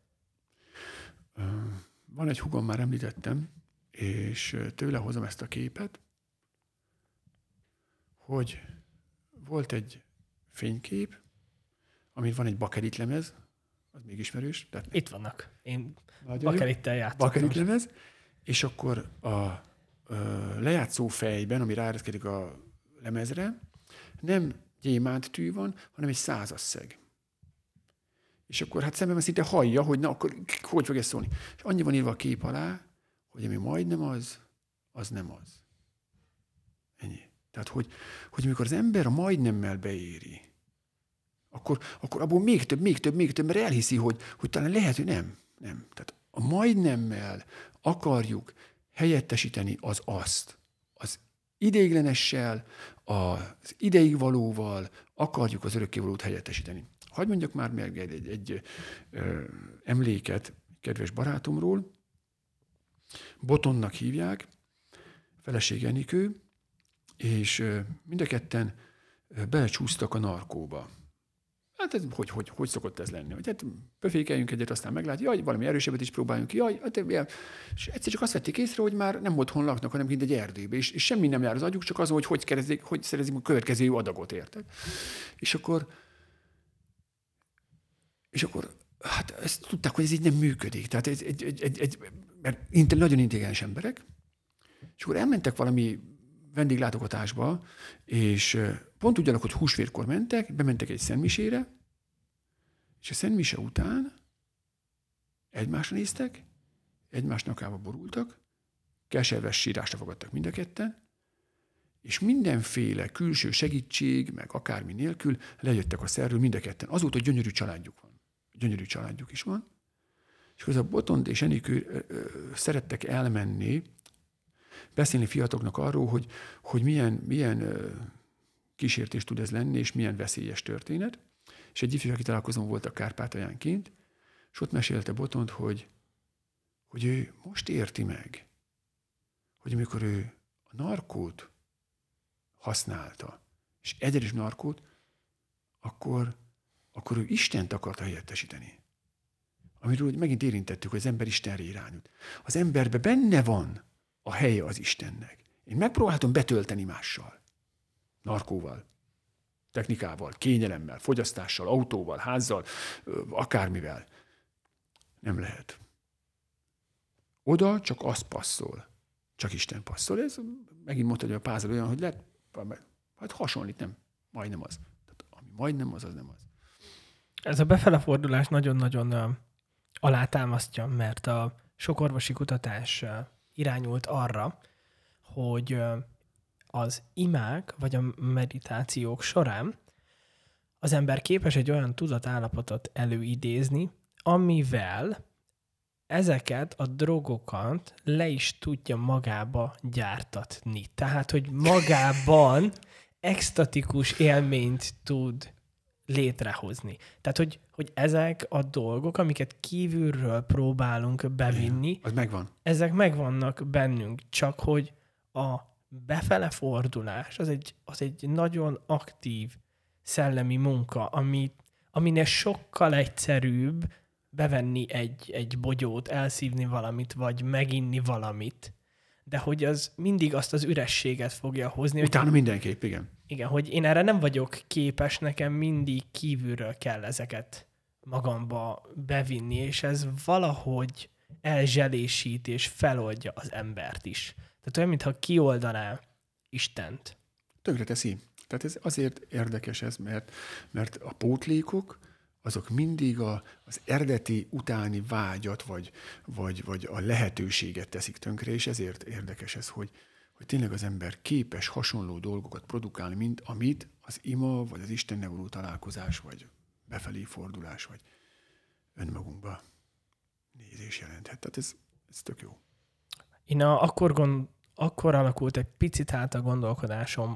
Van egy húgom, már említettem, és tőle hozom ezt a képet, hogy volt egy fénykép, amin van egy bakelitlemez, az még ismerős. Tehát Itt vannak. Én nagyon bakelittel játszottam. bakelitlemez, és akkor a lejátszó fejben, ami ráereszkedik a lemezre, nem gyémánt tű van, hanem egy százasszeg. És akkor hát szemben szinte hallja, hogy na akkor hogy fog ez szólni. És annyi van írva a kép alá, hogy ami majdnem az, az nem az. Ennyi. Tehát, hogy amikor az ember a majdnemmel beéri, akkor abból még több, mert elhiszi, hogy talán lehet, hogy nem. Tehát a majdnemmel akarjuk helyettesíteni az azt. Az ideiglenessel, az ideigvalóval akarjuk az örökkévalót helyettesíteni. Hadd mondjak már meg egy emléket kedves barátomról. Botonnak hívják, feleség Enikő, és mind a ketten belecsúsztak a narkóba. Hát ez, hogy szokott ez lenni? Hogy hát pöfékeljünk egyet, aztán meglátjuk, jaj, valami erősebbet is próbáljunk ki, jaj, hát, és egyszer csak azt vették észre, hogy már nem otthon laknak, hanem kint egy erdőbe, és semmi nem jár az agyuk, csak az, hogy szerezik a következő adagot, érted? És akkor hát ezt tudták, hogy ez így nem működik. Tehát mert nagyon intelligens emberek, és akkor elmentek valami vendéglátogatásba, és pont ugyanak, hogy húsvétkor mentek, bementek egy szentmisére, és a szentmise után egymásra néztek, egymás nyakába borultak, keserves sírásra fogadtak mind a ketten, és mindenféle külső segítség, meg akármi nélkül lejöttek a szerről mind a ketten. Azóta gyönyörű családjuk van. Gyönyörű családjuk is van. És akkor a Botond és Enikő szerettek elmenni, beszélni fiataloknak arról, hogy milyen kísértés tud ez lenni, és milyen veszélyes történet. És egy ifjúsági találkozón volt a Kárpátaljánként, és ott mesélte Botond, hogy ő most érti meg, hogy amikor ő a narkót használta, és egyedül narkót, akkor ő Istent akarta helyettesíteni. Amiről úgy megint érintettük, hogy az ember Istenre irányult. Az emberben benne van a helye az Istennek. Én megpróbáltam betölteni mással. Narkóval, technikával, kényelemmel, fogyasztással, autóval, házzal, akármivel. Nem lehet. Oda csak az passzol. Csak Isten passzol. Ez megint mondta, hogy a Pázol olyan, hogy lehet, hát hasonlít, nem, majdnem az. Tehát, ami majdnem az, az nem az. Ez a befele fordulás nagyon-nagyon alátámasztja, mert a sok orvosi kutatás irányult arra, hogy az imák vagy a meditációk során az ember képes egy olyan tudatállapotot előidézni, amivel ezeket a drogokat le is tudja magába gyártatni. Tehát, hogy magában extatikus élményt tud létrehozni. Tehát, hogy ezek a dolgok, amiket kívülről próbálunk bevinni, az megvan. Ezek megvannak bennünk, csak hogy a befele fordulás az egy nagyon aktív szellemi munka, aminél sokkal egyszerűbb bevenni egy bogyót, elszívni valamit, vagy meginni valamit, de hogy az mindig azt az ürességet fogja hozni. Utána mindenképp, igen. Igen, hogy én erre nem vagyok képes, nekem mindig kívülről kell ezeket magamba bevinni, és ez valahogy elzselésít és feloldja az embert is. Tehát olyan, mintha kioldaná Istent. Tönkre teszi. Tehát ez azért érdekes ez, mert a pótlékok azok mindig az eredeti utáni vágyat, vagy a lehetőséget teszik tönkre, és ezért érdekes ez, hogy tényleg az ember képes hasonló dolgokat produkálni, mint amit az ima, vagy az Istennel való találkozás, vagy befelé fordulás, vagy önmagunkba nézés jelenthet. Tehát ez tök jó. Én akkor alakult egy picit át a gondolkodásom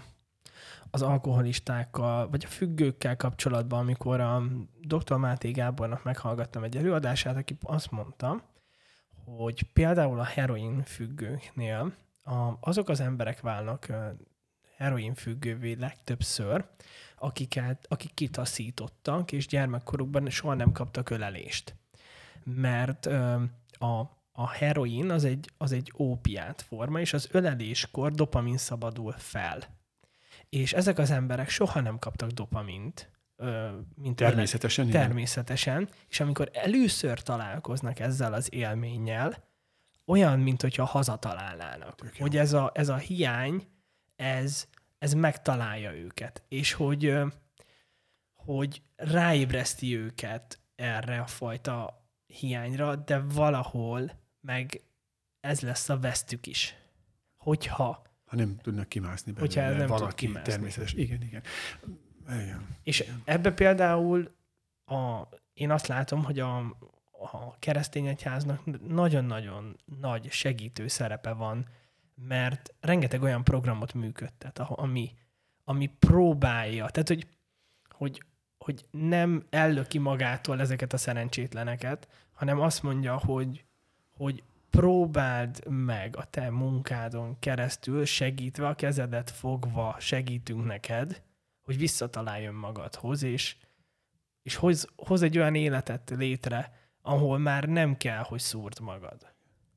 az alkoholistákkal, vagy a függőkkel kapcsolatban, amikor a dr. Máté Gábornak meghallgattam egy előadását, aki azt mondta, hogy például a heroin függőknél azok az emberek válnak heroinfüggővé legtöbbször, akik kitaszítottak, és gyermekkorukban soha nem kaptak ölelést. Mert a heroin az egy ópiát forma, és az öleléskor dopamin szabadul fel. És ezek az emberek soha nem kaptak dopamint. Mint természetesen. Természetesen. És amikor először találkoznak ezzel az élménnyel, olyan, mint hogyha hazatalálnának. Hogy ez a hiány, ez megtalálja őket. És hogy ráébreszti őket erre a fajta hiányra, de valahol meg ez lesz a vesztük is. Ha nem tudnak kimászni belőle. Hogyha ez nem valaki tud kimászni. Természetes. Igen. És ebbe például én azt látom, hogy a keresztény egyháznak nagyon-nagyon nagy segítő szerepe van, mert rengeteg olyan programot működtet, ami próbálja, tehát hogy nem ellöki magától ezeket a szerencsétleneket, hanem azt mondja, hogy próbáld meg a te munkádon keresztül, segítve, a kezedet fogva segítünk neked, hogy visszatalálj önmagadhoz, és hoz egy olyan életet létre, ahol már nem kell, hogy szúrd magad.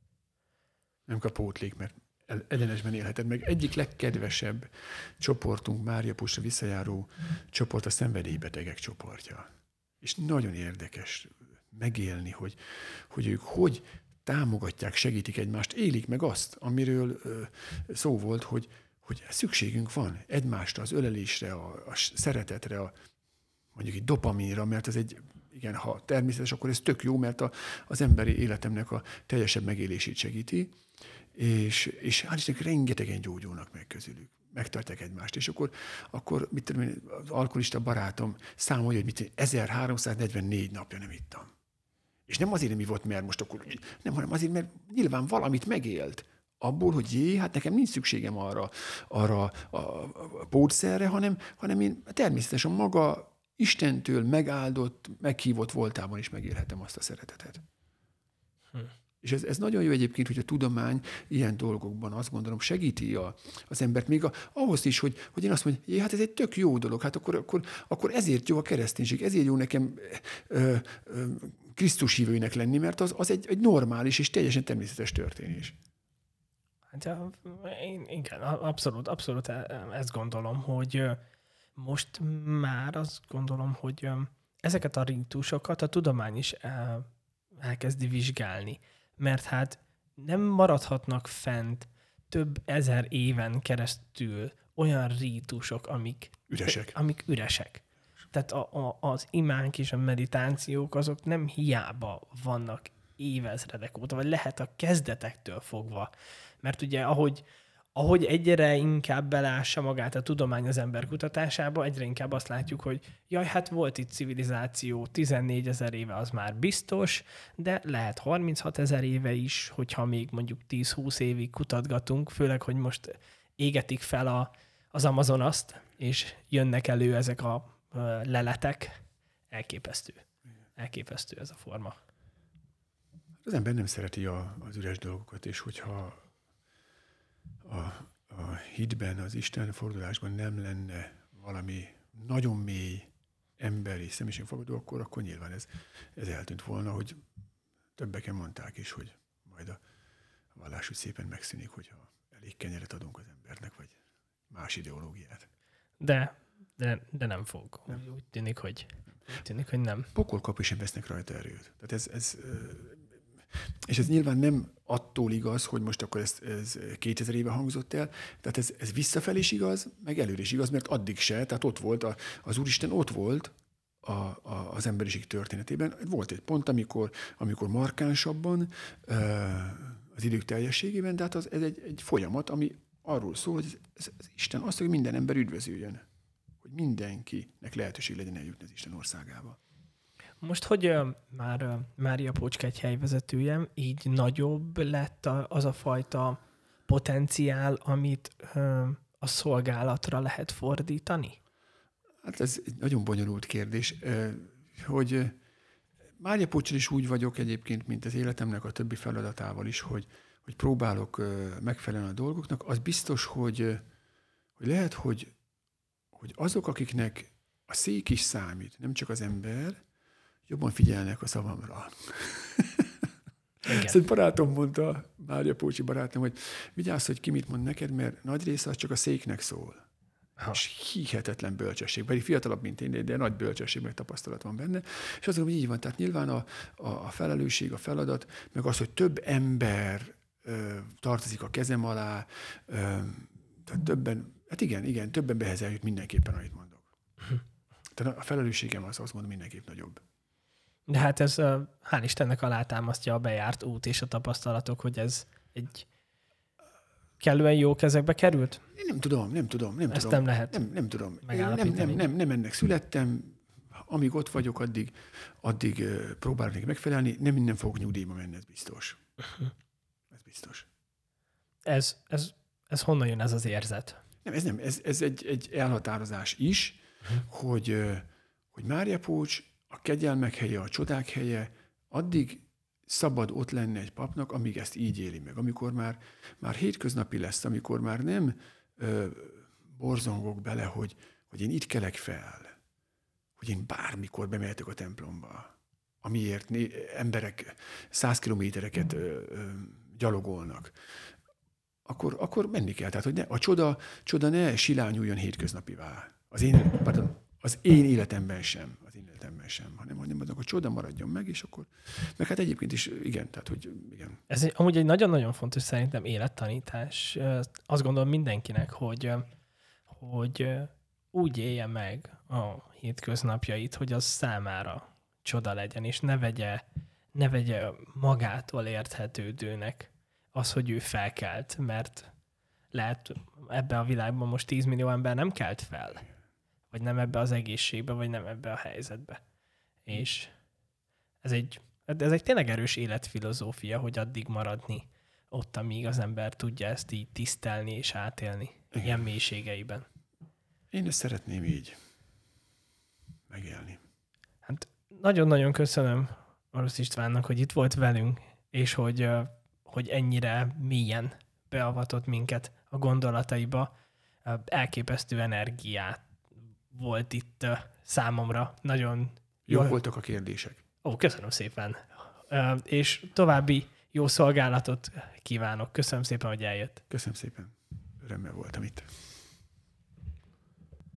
Nem kap pótlék, mert egyenesben élheted meg. Egyik legkedvesebb csoportunk, Mária Pucsra visszajáró csoport, a szenvedélybetegek csoportja. És nagyon érdekes megélni, hogy ők hogy támogatják, segítik egymást, élik meg azt, amiről szó volt, hogy szükségünk van egymásra, az ölelésre, a szeretetre, mondjuk egy dopaminra, mert ez igen, ha természetes, akkor ez tök jó, mert az emberi életemnek a teljesebb megélését segíti, és hál' Istennek rengetegen gyógyulnak meg közülük. Megtartják egymást, és akkor mit tudom én, az alkoholista barátom számolja, hogy 1344 napja nem ittam. És nem azért nem ivott, mert most akkor, nem, hanem azért, mert nyilván valamit megélt. Abból, hogy hát nekem nincs szükségem arra a pótszerre, hanem én természetesen maga Istentől megáldott, meghívott voltában is megélhetem azt a szeretetet. És ez nagyon jó egyébként, hogy a tudomány ilyen dolgokban azt gondolom segíti az embert, még ahhoz is, hogy én azt mondjam, hogy hát ez egy tök jó dolog, hát akkor ezért jó a kereszténység, ezért jó nekem Krisztus hívőnek lenni, mert az egy normális és teljesen természetes történés. Hát igen, abszolút ezt gondolom, hogy most már azt gondolom, hogy ezeket a rítusokat a tudomány is elkezdi vizsgálni. Mert hát nem maradhatnak fent több ezer éven keresztül olyan rítusok, amik üresek. Tehát az imánk és a meditációk azok nem hiába vannak évezredek óta, vagy lehet a kezdetektől fogva. Mert ugye ahogy egyre inkább belássa magát a tudomány az ember kutatásába, egyre inkább azt látjuk, hogy jaj, hát volt itt civilizáció 14 000 éve, az már biztos, de lehet 36 000 éve is, hogyha még mondjuk 10-20 évig kutatgatunk, főleg, hogy most égetik fel az Amazonast, és jönnek elő ezek a leletek. Elképesztő ez a forma. Az ember nem szereti az üres dolgokat, és hogyha a hitben, az Isten fordulásban nem lenne valami nagyon mély emberi személyiségfogadó, akkor nyilván ez eltűnt volna, hogy többeken mondták is, hogy majd a vallás úgy szépen megszűnik, hogyha elég kenyeret adunk az embernek, vagy más ideológiát. De nem fog. Nem. Úgy tűnik, hogy nem. Pokolkapja sem vesznek rajta erőt. Tehát és ez nyilván nem attól igaz, hogy most akkor ez 2000 éve hangzott el, tehát ez visszafelé is igaz, meg előre is igaz, mert addig se, tehát ott volt, az Úristen ott volt az emberiség történetében. Volt egy pont, amikor markánsabban, az idők teljességében, de hát ez egy folyamat, ami arról szól, hogy ez Isten azt, hogy minden ember üdvözüljön, hogy mindenkinek lehetőség legyen eljutni az Isten országába. Most, hogy már Mária Pucska egy helyvezetője, így nagyobb lett az a fajta potenciál, amit a szolgálatra lehet fordítani? Hát ez egy nagyon bonyolult kérdés, hogy Mária Puccsal is úgy vagyok egyébként, mint az életemnek a többi feladatával is, hogy próbálok megfelelni a dolgoknak. Az biztos, hogy lehet, hogy azok, akiknek a szék is számít, nem csak az ember, jobban figyelnek a szavamra. Ezt egy barátom mondta, Mária Pócsi barátom, hogy vigyázz, hogy ki mit mond neked, mert nagy része az csak a széknek szól. És hihetetlen bölcsesség, pedig fiatalabb, mint én, de nagy bölcsesség, meg tapasztalat van benne. És azt mondom, hogy így van. Tehát nyilván a felelősség, a feladat, meg az, hogy több ember tartozik a kezem alá, tehát többen, hát igen, több emberhez eljut mindenképpen, amit mondok. Tehát a felelősségem az, azt mondom, mindenképp nagyobb. De hát ez hál' Istennek alátámasztja a bejárt út és a tapasztalatok, hogy ez egy kellően jó kezekbe került? Én nem tudom. Ezt nem lehet nem tudom. megállapítani. Nem ennek születtem. Amíg ott vagyok, addig próbálok neki megfelelni. Nem minden fogok nyugdíjba menni, ez biztos. Ez biztos. Ez honnan jön ez az érzet? Nem. Ez egy elhatározás is, hogy Mária Pócs a kegyelmek helye, a csodák helye, addig szabad ott lenni egy papnak, amíg ezt így éli meg. Amikor már hétköznapi lesz, amikor már nem borzongok bele, hogy én itt kelek fel, hogy én bármikor bemehetek a templomba, amiért emberek 100 kilométereket gyalogolnak, akkor menni kell. Tehát, hogy a csoda ne silányuljon hétköznapivá. Az én életemben sem, hanem a csoda maradjon meg, és akkor, meg hát egyébként is igen, tehát hogy igen. Ez amúgy egy nagyon-nagyon fontos szerintem élettanítás. Azt gondolom mindenkinek, hogy úgy élje meg a hétköznapjait, hogy az számára csoda legyen, és ne vegye magától érthetődőnek az, hogy ő felkelt, mert lehet ebbe a világban most 10 millió ember nem kelt fel, vagy nem ebbe az egészségbe, vagy nem ebbe a helyzetbe. És ez egy tényleg erős életfilozófia, hogy addig maradni ott, amíg az ember tudja ezt így tisztelni és átélni. Igen. Ilyen mélységeiben. Én ezt szeretném így megélni. Hát nagyon-nagyon köszönöm Orosz Istvánnak, hogy itt volt velünk, és hogy ennyire mélyen beavatott minket a gondolataiba. Elképesztő energiát volt itt számomra. Nagyon jó voltak a kérdések. Köszönöm szépen. És további jó szolgálatot kívánok. Köszönöm szépen, hogy eljött. Köszönöm szépen. Örömmel voltam itt.